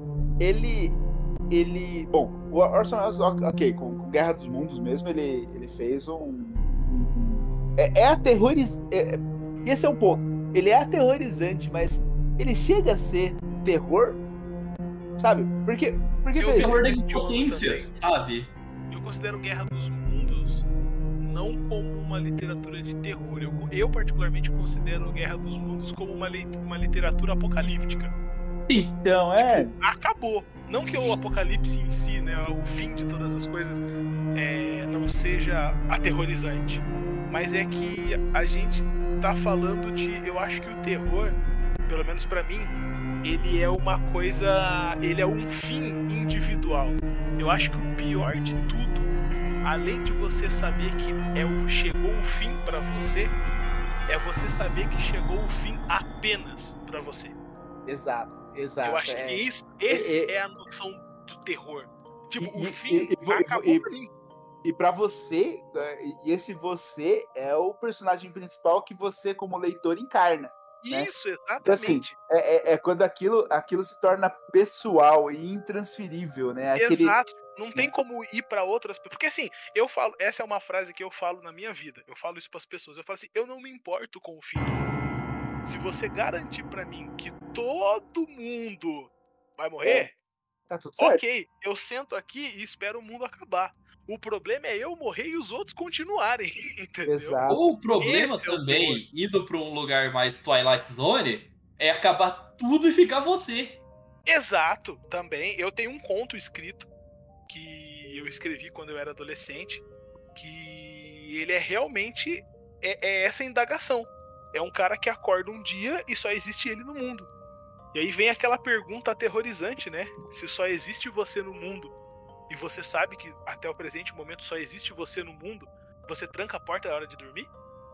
bom, o Orson Welles, ok, com Guerra dos Mundos mesmo, ele fez esse é um ponto. Ele é aterrorizante, mas ele chega a ser terror, sabe? Porque É o veja, terror da impotência, sabe? Eu considero Guerra dos Mundos não como uma literatura de terror. Eu particularmente considero Guerra dos Mundos como uma literatura apocalíptica. Sim. então Acabou. Não que o apocalipse em si, né, o fim de todas as coisas, não seja aterrorizante. Mas é que a gente tá falando de... Eu acho que o terror, pelo menos pra mim, ele é uma coisa... Ele é um fim individual. Eu acho que o pior de tudo, além de você saber que chegou o fim pra você, é você saber que chegou o fim apenas pra você. exato. Eu acho que esse é a noção do terror. Tipo, o fim acabou pra mim. E pra você, e esse você é o personagem principal que você, como leitor, encarna. Né? Isso, Então, assim, exatamente. é quando aquilo se torna pessoal e intransferível, né? Exato. Não tem como ir pra outras pessoas. Porque assim, eu falo, essa é uma frase que eu falo na minha vida. Eu falo isso pras pessoas. Eu falo assim, eu não me importo com o fim do mundo. Se você garantir pra mim que todo mundo vai morrer, Tá tudo certo. ok, eu sento aqui e espero o mundo acabar. O problema é eu morrer e os outros continuarem, entendeu? Exato. Ou o problema Esse é o também, indo pra um lugar mais Twilight Zone, é acabar tudo e ficar você. Exato, também. Eu tenho um conto escrito que eu escrevi quando eu era adolescente, que ele é realmente essa indagação. É um cara que acorda um dia e só existe ele no mundo. E aí vem aquela pergunta aterrorizante, né? Se só existe você no mundo, e você sabe que até o presente momento só existe você no mundo, você tranca a porta na hora de dormir?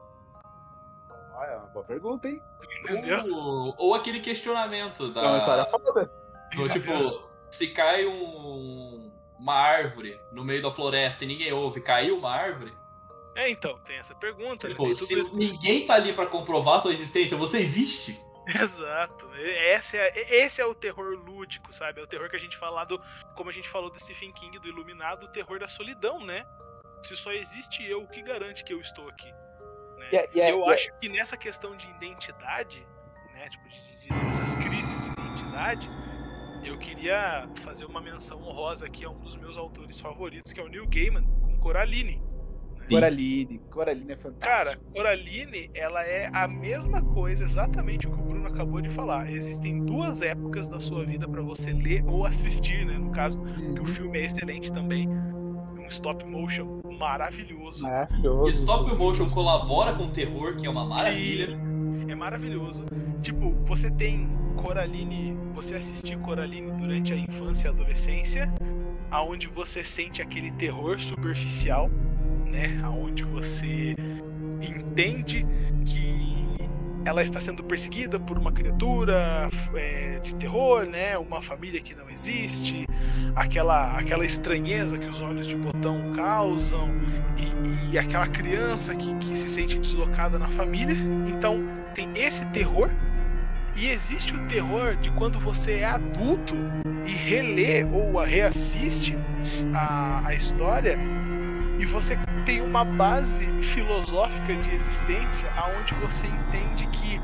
É uma boa pergunta, hein? Entendeu? Ou aquele questionamento É uma história foda. tipo, se cai uma árvore no meio da floresta e ninguém ouve, caiu uma árvore? Então, tem essa pergunta, né? Tipo, Tem tudo se isso. ninguém tá ali pra comprovar sua existência, você existe? Exato. Esse é o terror lúdico, sabe? É o terror que a gente fala como a gente falou do Stephen King, do Iluminado, o terror da solidão, né? Se só existe eu, o que garante que eu estou aqui? Né? Eu acho que nessa questão de identidade, né? Tipo, dessas crises de identidade, eu queria fazer uma menção honrosa aqui a um dos meus autores favoritos, que é o Neil Gaiman, com Coraline. Coraline é fantástico. Cara, Coraline, ela é a mesma coisa, exatamente o que o Bruno acabou de falar. Existem duas épocas da sua vida pra você ler ou assistir, né? No caso, que o filme é excelente também. Um stop motion maravilhoso. E stop motion colabora com o terror, que é uma maravilha. Sim, é maravilhoso. Tipo, você tem Coraline, você assistir Coraline durante a infância e adolescência, aonde você sente aquele terror superficial, né, onde você entende que ela está sendo perseguida por uma criatura de terror, né, uma família que não existe, aquela estranheza que os olhos de botão causam e aquela criança que se sente deslocada na família. Então tem esse terror. E existe o terror de quando você é adulto e relê ou reassiste a história e você tem uma base filosófica de existência aonde você entende que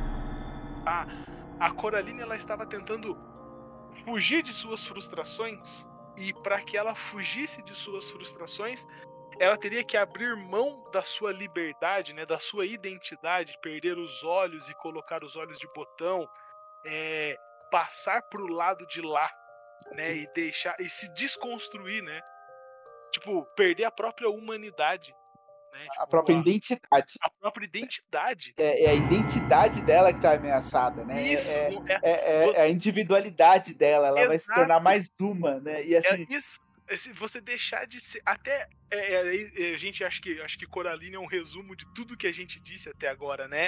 a Coraline ela estava tentando fugir de suas frustrações, e para que ela fugisse de suas frustrações, ela teria que abrir mão da sua liberdade, né, da sua identidade, perder os olhos e colocar os olhos de botão, passar pro lado de lá, né, e deixar e se desconstruir, né? Tipo, perder a própria humanidade, né? Tipo, a própria identidade. A própria identidade. É a identidade dela que tá ameaçada, né? Isso. É a individualidade dela. Ela vai se tornar mais uma, né? E assim... isso. Você deixar de ser... Até... a gente acho que Coraline é um resumo de tudo que a gente disse até agora, né?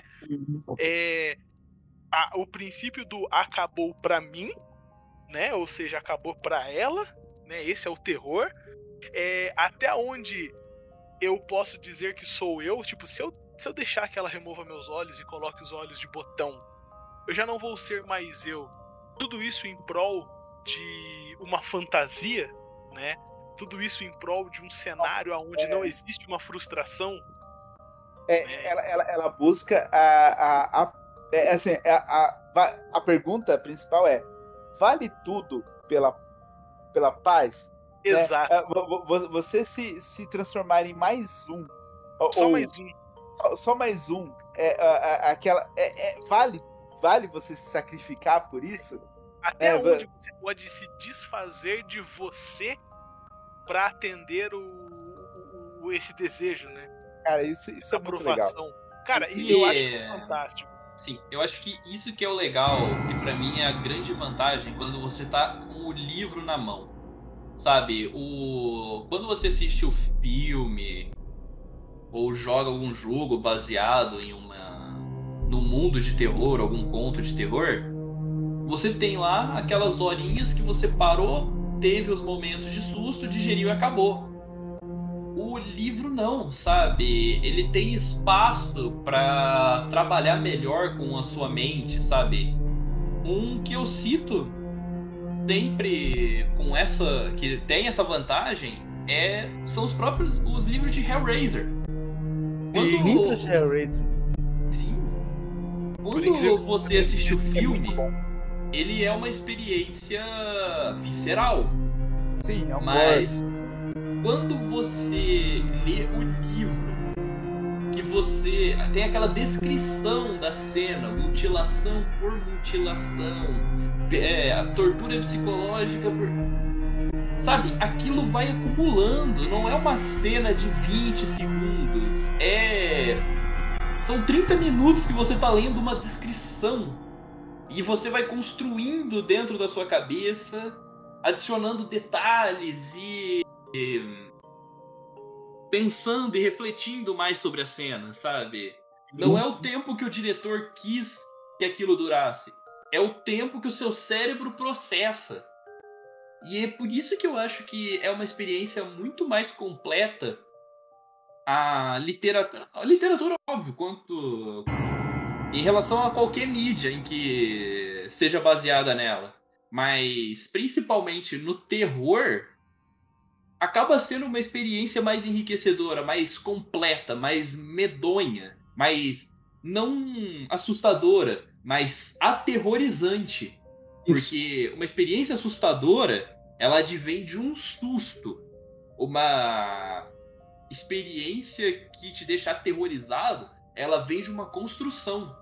O princípio do acabou pra mim, né? Ou seja, acabou pra ela, né? Esse é o terror. Até onde eu posso dizer que sou eu, tipo, se eu deixar que ela remova meus olhos e coloque os olhos de botão, eu já não vou ser mais eu. Tudo isso em prol de uma fantasia, né? Tudo isso em prol de um cenário onde não existe uma frustração. Ela busca a pergunta principal é: vale tudo pela paz? Exato. Você se transformar em mais um. Só mais um. Vale você se sacrificar por isso? Até onde você pode se desfazer de você para atender esse desejo, né? Cara, isso é muito legal. Cara, Sim, eu acho isso fantástico. Sim, eu acho que isso que é o legal, e pra mim é a grande vantagem quando você tá com o livro na mão. Sabe, quando você assiste o filme ou joga algum jogo baseado em num mundo de terror, algum conto de terror, você tem lá aquelas horinhas que você parou, teve os momentos de susto, digeriu e acabou. O livro não, sabe? Ele tem espaço pra trabalhar melhor com a sua mente, sabe? Um que eu cito sempre que tem essa vantagem são os livros de Hellraiser. Livros de Hellraiser? Sim. Quando você assiste o filme, ele é uma experiência visceral. Sim, é um mas quando você lê o livro, que você tem aquela descrição da cena, mutilação por mutilação, a tortura psicológica por... Sabe, aquilo vai acumulando, não é uma cena de 20 segundos, são 30 minutos que você tá lendo uma descrição e você vai construindo dentro da sua cabeça, adicionando detalhes e pensando e refletindo mais sobre a cena, sabe? Não é o tempo que o diretor quis que aquilo durasse, é o tempo que o seu cérebro processa. E é por isso que eu acho que é uma experiência muito mais completa a literatura, óbvio, quanto em relação a qualquer mídia em que seja baseada nela. Mas, principalmente no terror, acaba sendo uma experiência mais enriquecedora, mais completa, mais medonha, mais não assustadora, mas aterrorizante. Porque uma experiência assustadora, ela advém de um susto. Uma experiência que te deixa aterrorizado, ela vem de uma construção.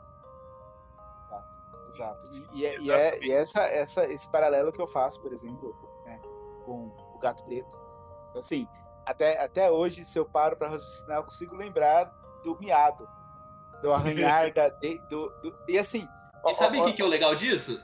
Exato. E esse paralelo que eu faço, por exemplo, né, com o Gato Preto. Assim, até hoje, se eu paro para raciocinar, eu consigo lembrar do miado, do arranhar e assim... E sabe o que é o legal disso?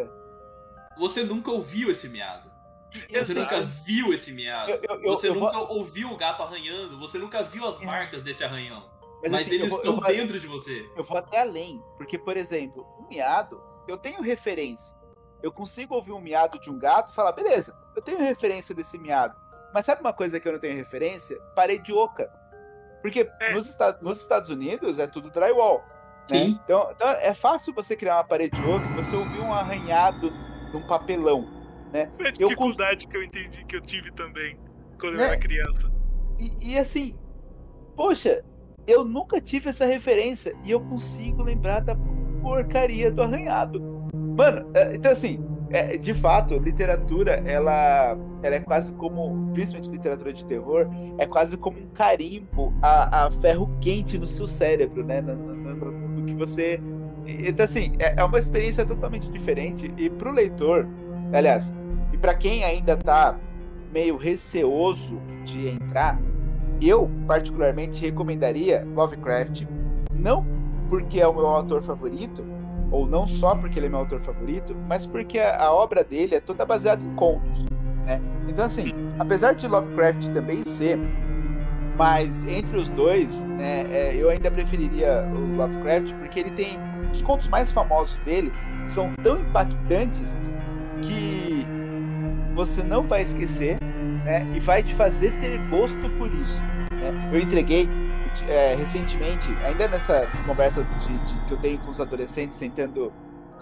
Você nunca ouviu esse miado. Você nunca viu esse miado. Você nunca ouviu o gato arranhando. Você nunca viu as marcas desse arranhão. Mas assim, eles estão dentro de você. Eu vou até além. Porque, por exemplo, o miado, eu tenho referência. Eu consigo ouvir um miado de um gato e falar, beleza, eu tenho referência desse miado. Mas sabe uma coisa que eu não tenho referência? Parede oca. Porque nos Estados Unidos é tudo drywall. Né? Então é fácil você criar uma parede oca e você ouvir um arranhado num papelão, né? Foi a dificuldade que eu entendi, que eu tive também quando eu era criança. E assim, poxa, eu nunca tive essa referência e eu consigo lembrar da porcaria do arranhado. Mano, então assim, de fato, literatura, ela é quase como, principalmente literatura de terror, é quase como um carimbo a ferro quente no seu cérebro, né? No que você... Então assim, é uma experiência totalmente diferente e pro leitor, aliás, e para quem ainda tá meio receoso de entrar, eu particularmente recomendaria Lovecraft, não porque é o meu autor favorito, ou não só porque ele é meu autor favorito, mas porque a obra dele é toda baseada em contos, né? Então assim, apesar de Lovecraft também ser, mas entre os dois, né, eu ainda preferiria o Lovecraft porque ele tem os contos mais famosos dele são tão impactantes que você não vai esquecer, né, e vai te fazer ter gosto por isso, né? Eu entreguei recentemente, ainda nessa conversa que eu tenho com os adolescentes tentando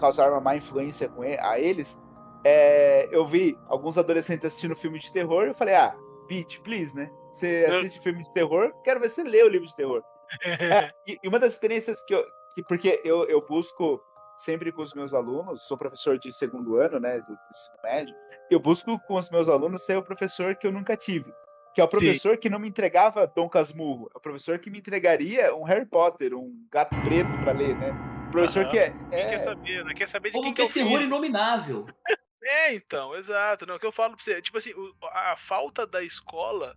causar uma má influência a eles, eu vi alguns adolescentes assistindo filme de terror, eu falei, bitch, please, né? Você assiste filme de terror, quero ver você ler o livro de terror. E uma das experiências porque eu busco sempre com os meus alunos, sou professor de segundo ano, né, do ensino médio, eu busco com os meus alunos ser o professor que eu nunca tive, que é o professor que não me entregava Dom Casmurro, é o professor que me entregaria um Harry Potter, um Gato Preto pra ler, né? O professor que quer saber, né? Quer saber de Como quem que é o terror filho. inominável. Então, exato. Não, o que eu falo pra você, tipo assim, a falta da escola,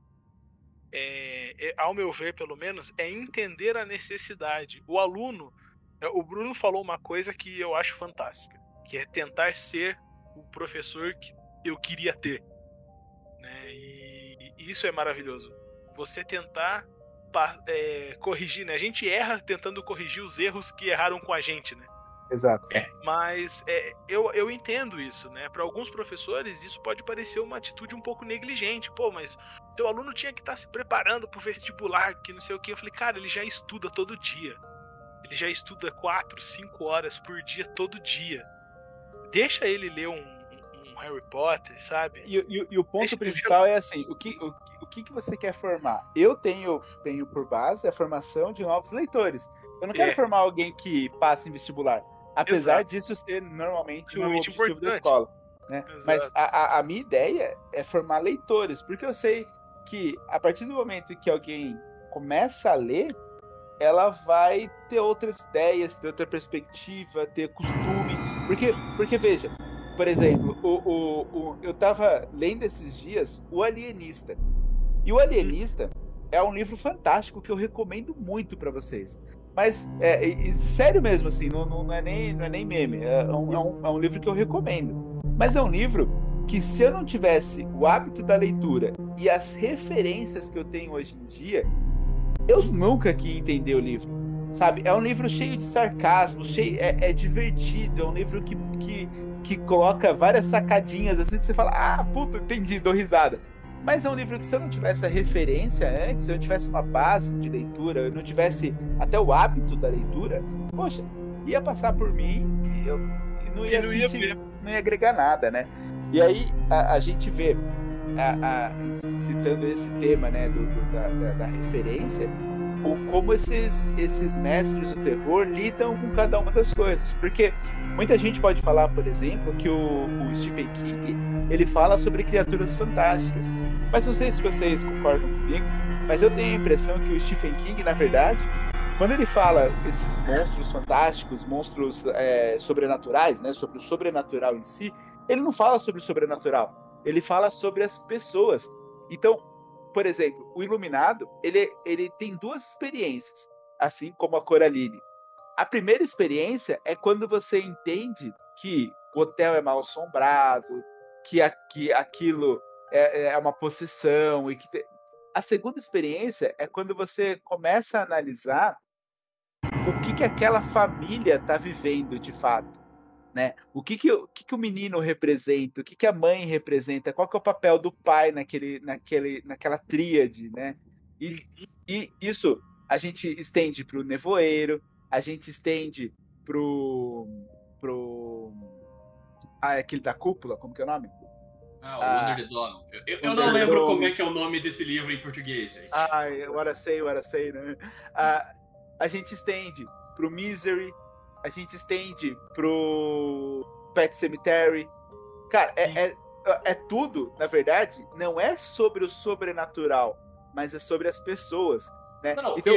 ao meu ver, pelo menos, é entender a necessidade. O aluno, o Bruno falou uma coisa que eu acho fantástica, que é tentar ser o professor que eu queria ter, né? E isso é maravilhoso. Você tentar corrigir, né? A gente erra tentando corrigir os erros que erraram com a gente, né? Exato. Mas eu entendo isso, né? Para alguns professores isso pode parecer uma atitude um pouco negligente. Pô, mas teu aluno tinha que estar se preparando pro vestibular, que não sei o que. Eu falei, cara, ele já estuda todo dia. Ele já estuda 4, 5 horas por dia, todo dia. Deixa ele ler um Harry Potter, sabe? E o ponto principal é assim, o que você quer formar? Eu tenho por base a formação de novos leitores. Eu não quero formar alguém que passe em vestibular. Apesar disso ser normalmente o objetivo importante da escola. Né? Mas a minha ideia é formar leitores, porque eu sei que a partir do momento que alguém começa a ler, ela vai ter outras ideias, ter outra perspectiva, ter costume. Porque veja, por exemplo, eu estava lendo esses dias O Alienista. E O Alienista é um livro fantástico que eu recomendo muito para vocês. Mas, sério mesmo, assim, não é nem meme. É um livro que eu recomendo. Mas é um livro que, se eu não tivesse o hábito da leitura e as referências que eu tenho hoje em dia, eu nunca ia entender o livro. Sabe? É um livro cheio de sarcasmo, é divertido, é um livro que coloca várias sacadinhas assim que você fala, puta, entendi, dou risada. Mas é um livro que, se eu não tivesse a referência antes, se eu não tivesse uma base de leitura, eu não tivesse até o hábito da leitura, poxa, ia passar por mim e eu não ia agregar nada, né? E aí a gente vê, citando esse tema, né, da referência, como esses mestres do terror lidam com cada uma das coisas. Porque muita gente pode falar, por exemplo, que o Stephen King, ele fala sobre criaturas fantásticas. Mas não sei se vocês concordam comigo, mas eu tenho a impressão que o Stephen King, na verdade, quando ele fala esses monstros fantásticos, monstros sobrenaturais, né, sobre o sobrenatural em si, ele não fala sobre o sobrenatural, ele fala sobre as pessoas. Então, por exemplo, o Iluminado, ele tem duas experiências, assim como a Coraline. A primeira experiência é quando você entende que o hotel é mal assombrado, que aquilo é uma possessão. A segunda experiência é quando você começa a analisar o que aquela família está vivendo de fato. Né? O que o menino representa, o que a mãe representa, qual que é o papel do pai naquela tríade, né? E isso a gente estende para o nevoeiro, a gente estende pro aquele da cúpula, como que é o nome? O Under the Dome. Eu não lembro como é que é o nome desse livro em português, gente. What I say, né? A gente estende pro Misery, a gente estende pro Pet Sematary. Cara, é tudo, na verdade, não é sobre o sobrenatural, mas é sobre as pessoas, né? Não, então,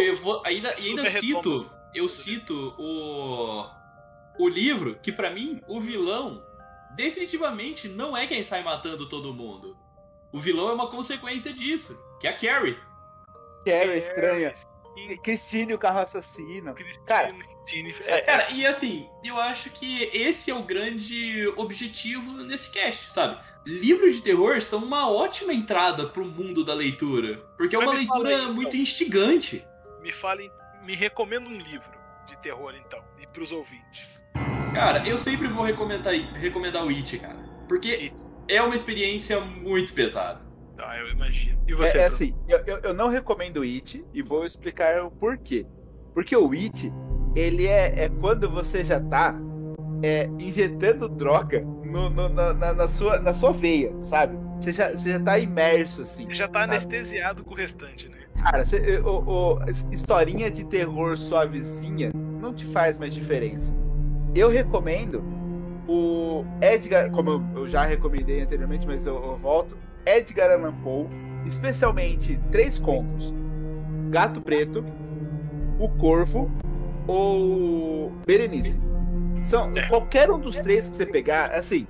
eu cito o livro que, pra mim, o vilão definitivamente não é quem sai matando todo mundo. O vilão é uma consequência disso, que é a Carrie. Carrie estranha. Christine, o carro assassino. Cara, e assim, eu acho que esse é o grande objetivo nesse cast, sabe? Livros de terror são uma ótima entrada pro mundo da leitura, porque é uma leitura muito instigante. Me recomenda um livro de terror, então, e pros ouvintes. Cara, eu sempre vou recomendar o It, cara, porque é uma experiência muito pesada. Eu imagino. E você, assim, eu não recomendo o It e vou explicar o porquê. Porque o It, ele é quando você já tá injetando droga na sua veia, sabe? Você já tá imerso, assim. Você já tá sabe? anestesiado com o restante, né? Cara, historinha de terror suavezinha não te faz mais diferença. Eu recomendo o Edgar, como eu já recomendei anteriormente, mas eu volto. Edgar Allan Poe, especialmente 3 contos: Gato Preto, O Corvo ou Berenice. Qualquer um dos 3 que você pegar, assim,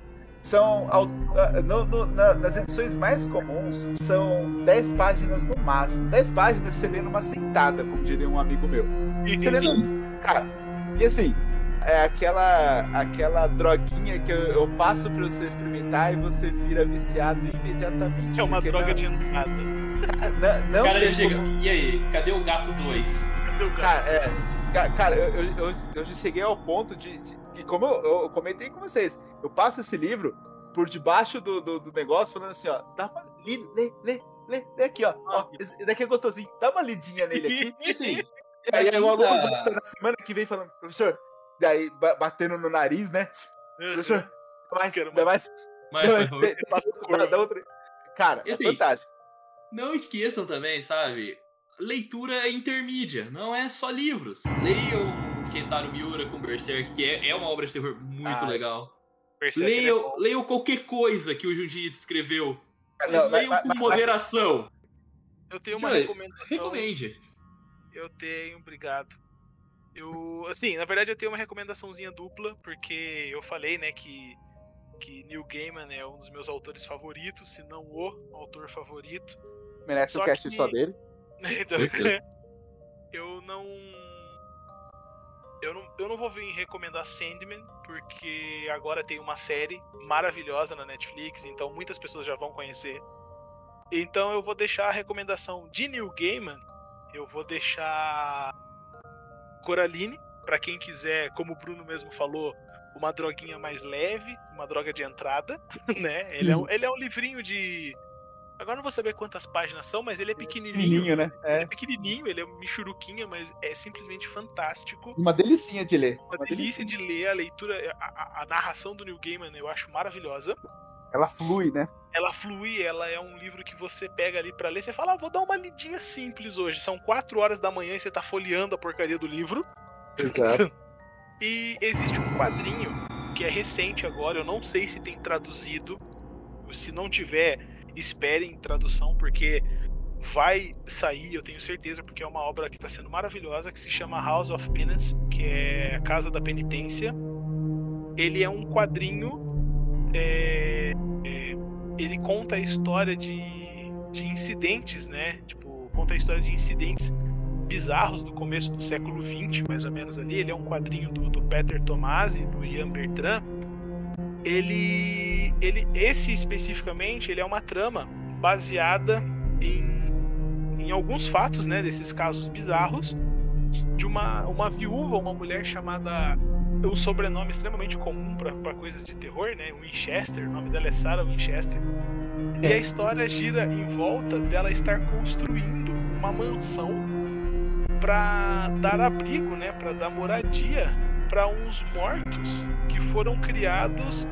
nas edições mais comuns, são 10 páginas no máximo. 10 páginas você lê numa sentada, como diria um amigo meu. Você lê cara, e assim, é aquela droguinha que eu passo pra você experimentar e você vira viciado imediatamente. É uma droga de entrada. Não Cara, ele tem chega. como... E aí, cadê o gato 2? Cadê o gato? Cara, eu já cheguei ao ponto de como eu comentei com vocês, eu passo esse livro por debaixo do negócio, falando assim, ó, dá uma lê aqui, ó, esse daqui é gostosinho, dá uma lidinha nele aqui. E assim, E aí o aluno volta na semana que vem falando, professor, daí batendo no nariz, né? Professor, dá mais. Dá outra. Cara, e assim, é fantástico. Não esqueçam também, sabe? Leitura intermídia, não é só livros. Leiam Kentaro Miura com Berserk, que é uma obra de terror muito legal. Leiam qualquer coisa que o Junji Ito escreveu. Leiam com moderação. Eu tenho uma recomendação. Recomende. Eu tenho, obrigado. Assim, na verdade eu tenho uma recomendaçãozinha dupla, porque eu falei, né, que Neil Gaiman é um dos meus autores favoritos, se não o autor favorito. Merece um cast só dele. Então, eu não vou vir recomendar Sandman, porque agora tem uma série maravilhosa na Netflix, então muitas pessoas já vão conhecer. Então eu vou deixar a recomendação de Neil Gaiman. Eu vou deixar Coraline, pra quem quiser, como o Bruno mesmo falou, uma droguinha mais leve, uma droga de entrada, né? Ele é um livrinho de... Agora não vou saber quantas páginas são, mas ele é pequenininho. Né? Ele é pequenininho, ele é michuruquinha, mas é simplesmente fantástico. Uma delicinha de ler. Uma delícia de ler, a leitura, a narração do Neil Gaiman eu acho maravilhosa. Ela flui, né? Ela flui, ela é um livro que você pega ali pra ler, você fala, vou dar uma lidinha simples hoje. São 4 horas da manhã e você tá folheando a porcaria do livro. Exato. E existe um quadrinho que é recente agora, eu não sei se tem traduzido. Se não tiver, esperem tradução, porque vai sair, eu tenho certeza, porque é uma obra que tá sendo maravilhosa, que se chama House of Penance, que é a Casa da Penitência. Ele é um quadrinho, ele conta a história de incidentes, né? Tipo, conta a história de incidentes bizarros do começo do século XX, mais ou menos ali. Ele é um quadrinho do Peter Tomasi, do Ian Bertrand. Esse especificamente, ele é uma trama baseada em alguns fatos, né, desses casos bizarros, de uma viúva, uma mulher chamada, um sobrenome extremamente comum para coisas de terror, né, Winchester, o nome dela é Sarah Winchester, e a história gira em volta dela estar construindo uma mansão para dar abrigo, né, para dar moradia para uns mortos que foram criados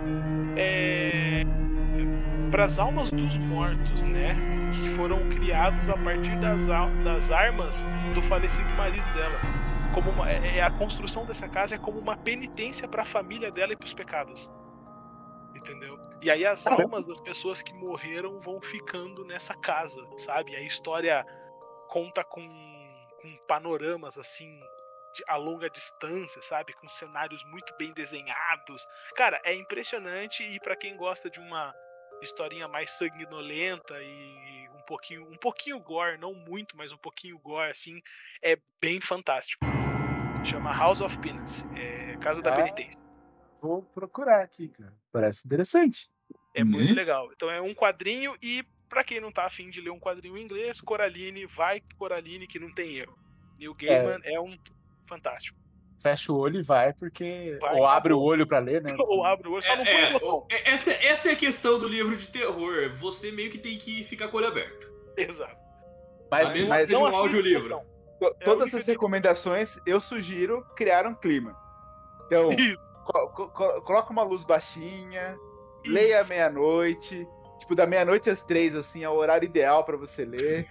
para as almas dos mortos, né, que foram criados a partir das armas do falecido marido dela. Como a construção dessa casa é como uma penitência para a família dela e para os pecados, entendeu? E aí as almas das pessoas que morreram vão ficando nessa casa, sabe? A história conta com panoramas assim a longa distância, sabe? Com cenários muito bem desenhados. Cara, é impressionante, e pra quem gosta de uma historinha mais sanguinolenta e um pouquinho gore, não muito, mas um pouquinho gore, assim, é bem fantástico. Chama House of Penance, Casa da Penitência. Vou procurar aqui, cara. Parece interessante. É muito legal. Então é um quadrinho, e pra quem não tá afim de ler um quadrinho em inglês, Coraline, que não tem erro. Neil Gaiman é um fantástico. Fecha o olho e vai, porque... Ou abre o olho pra ler, né? Ou abre o olho, só não põe o botão. Essa é a questão do livro de terror. Você meio que tem que ficar com o olho aberto. Exato. Mas não um audiolivro. Todas as recomendações, eu sugiro criar um clima. Então, Coloca uma luz baixinha, leia à meia-noite. Tipo, da meia-noite às 3, assim, é o horário ideal pra você ler.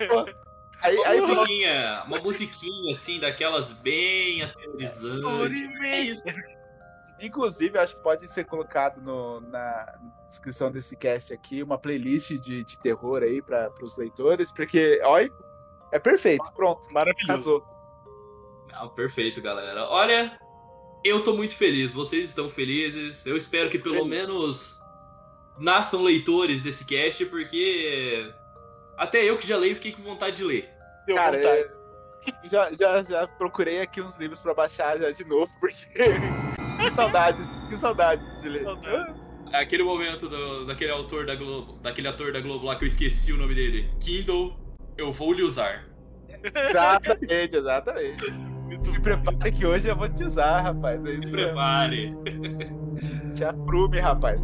Uma musiquinha, assim, daquelas bem aterrorizantes. É isso. Inclusive, acho que pode ser colocado na descrição desse cast aqui uma playlist de terror aí para os leitores, porque, olha, é perfeito, pronto, Maravilhoso. casou. Não, perfeito, galera. Olha, eu tô muito feliz, vocês estão felizes, eu espero que pelo menos nasçam leitores desse cast, porque até eu que já leio fiquei com vontade de ler. Deu Cara, vontade. já procurei aqui uns livros para baixar já de novo, porque que saudades de ler. Aquele momento daquele ator da Globo lá que eu esqueci o nome dele. Kindle, eu vou lhe usar. Exatamente. Se prepare que hoje eu vou te usar, rapaz. É isso. Se prepare. Te aprume, rapaz.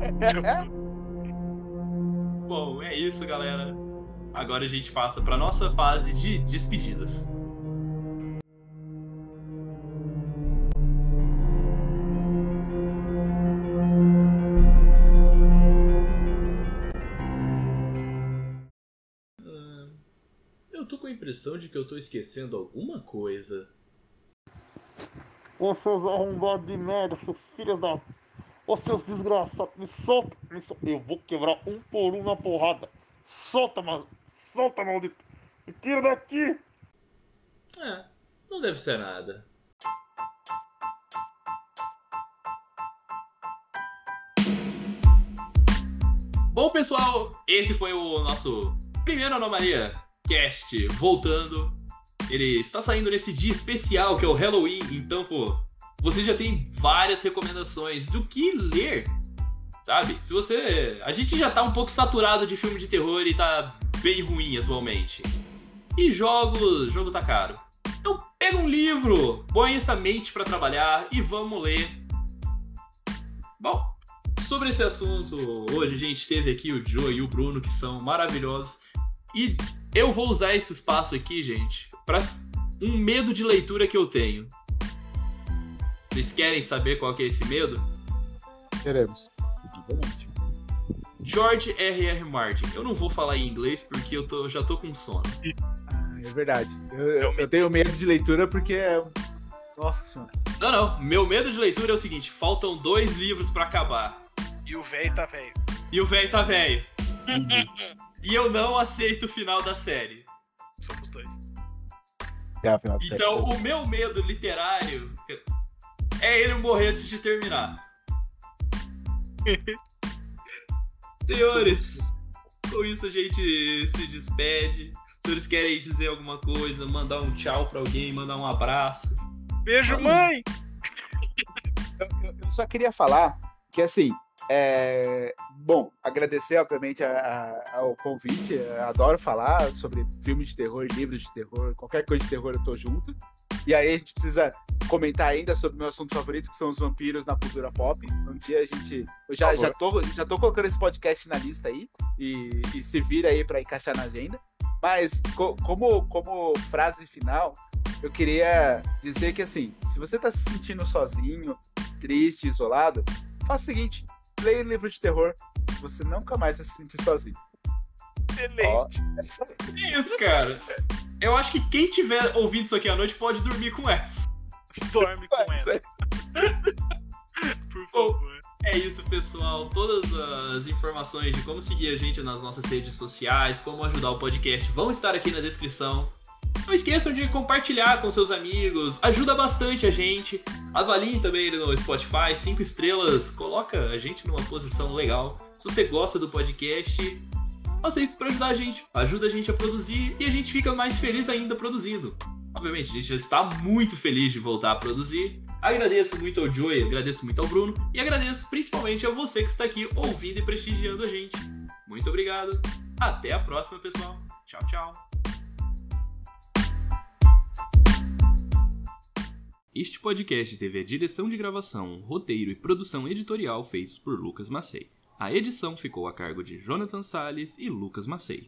Bom, é isso, galera. Agora a gente passa para nossa fase de despedidas. Eu tô com a impressão de que eu tô esquecendo alguma coisa. Ô seus arrombados de merda, seus filhos da... Ô seus desgraçados, me solta, eu vou quebrar um por um na porrada. Solta, maldito, me tira daqui. Não deve ser nada. Bom, pessoal, esse foi o nosso primeiro Anomalia Cast voltando. Ele está saindo nesse dia especial que é o Halloween, então, pô, você já tem várias recomendações do que ler, sabe? A gente já tá um pouco saturado de filme de terror e tá bem ruim atualmente. E jogo tá caro. Então pega um livro, põe essa mente pra trabalhar e vamos ler. Bom, sobre esse assunto, hoje a gente teve aqui o Joe e o Bruno, que são maravilhosos. E eu vou usar esse espaço aqui, gente, pra um medo de leitura que eu tenho. Vocês querem saber qual que é esse medo? Queremos. George R.R. Martin. Eu não vou falar em inglês porque eu já tô com sono. É verdade. Eu tenho medo de leitura porque nossa senhora. Não. Meu medo de leitura é o seguinte: faltam 2 livros pra acabar. E o velho tá velho. E eu não aceito o final da série. Somos 2. Então, o meu medo literário é ele morrer antes de terminar. Senhores, com isso a gente se despede. Se vocês querem dizer alguma coisa, mandar um tchau pra alguém, mandar um abraço. Beijo, mãe! Eu só queria falar que, assim, bom, agradecer, obviamente, ao convite. Eu adoro falar sobre filmes de terror, livros de terror, qualquer coisa de terror eu tô junto. E aí a gente precisa comentar ainda sobre o meu assunto favorito, que são os vampiros na cultura pop. Um dia eu já tô colocando esse podcast na lista aí, e se vira aí pra encaixar na agenda. Mas, como frase final, eu queria dizer que, assim, se você tá se sentindo sozinho, triste, isolado, faça o seguinte: leia um livro de terror, você nunca mais vai se sentir sozinho. Excelente. É isso, cara. Eu acho que quem tiver ouvindo isso aqui à noite pode dormir com essa. Dorme com essa. Por favor. É isso, pessoal. Todas as informações de como seguir a gente nas nossas redes sociais, como ajudar o podcast, vão estar aqui na descrição. Não esqueçam de compartilhar com seus amigos, ajuda bastante a gente. Avaliem também ele no Spotify, 5 estrelas, coloca a gente numa posição legal. Se você gosta do podcast, faça isso pra ajudar a gente, ajuda a gente a produzir e a gente fica mais feliz ainda produzindo. Obviamente, a gente já está muito feliz de voltar a produzir. Agradeço muito ao Joey, agradeço muito ao Bruno e agradeço principalmente a você que está aqui ouvindo e prestigiando a gente. Muito obrigado. Até a próxima, pessoal. Tchau, tchau. Este podcast teve a direção de gravação, roteiro e produção editorial feitos por Lucas Macei. A edição ficou a cargo de Jonathan Salles e Lucas Macei.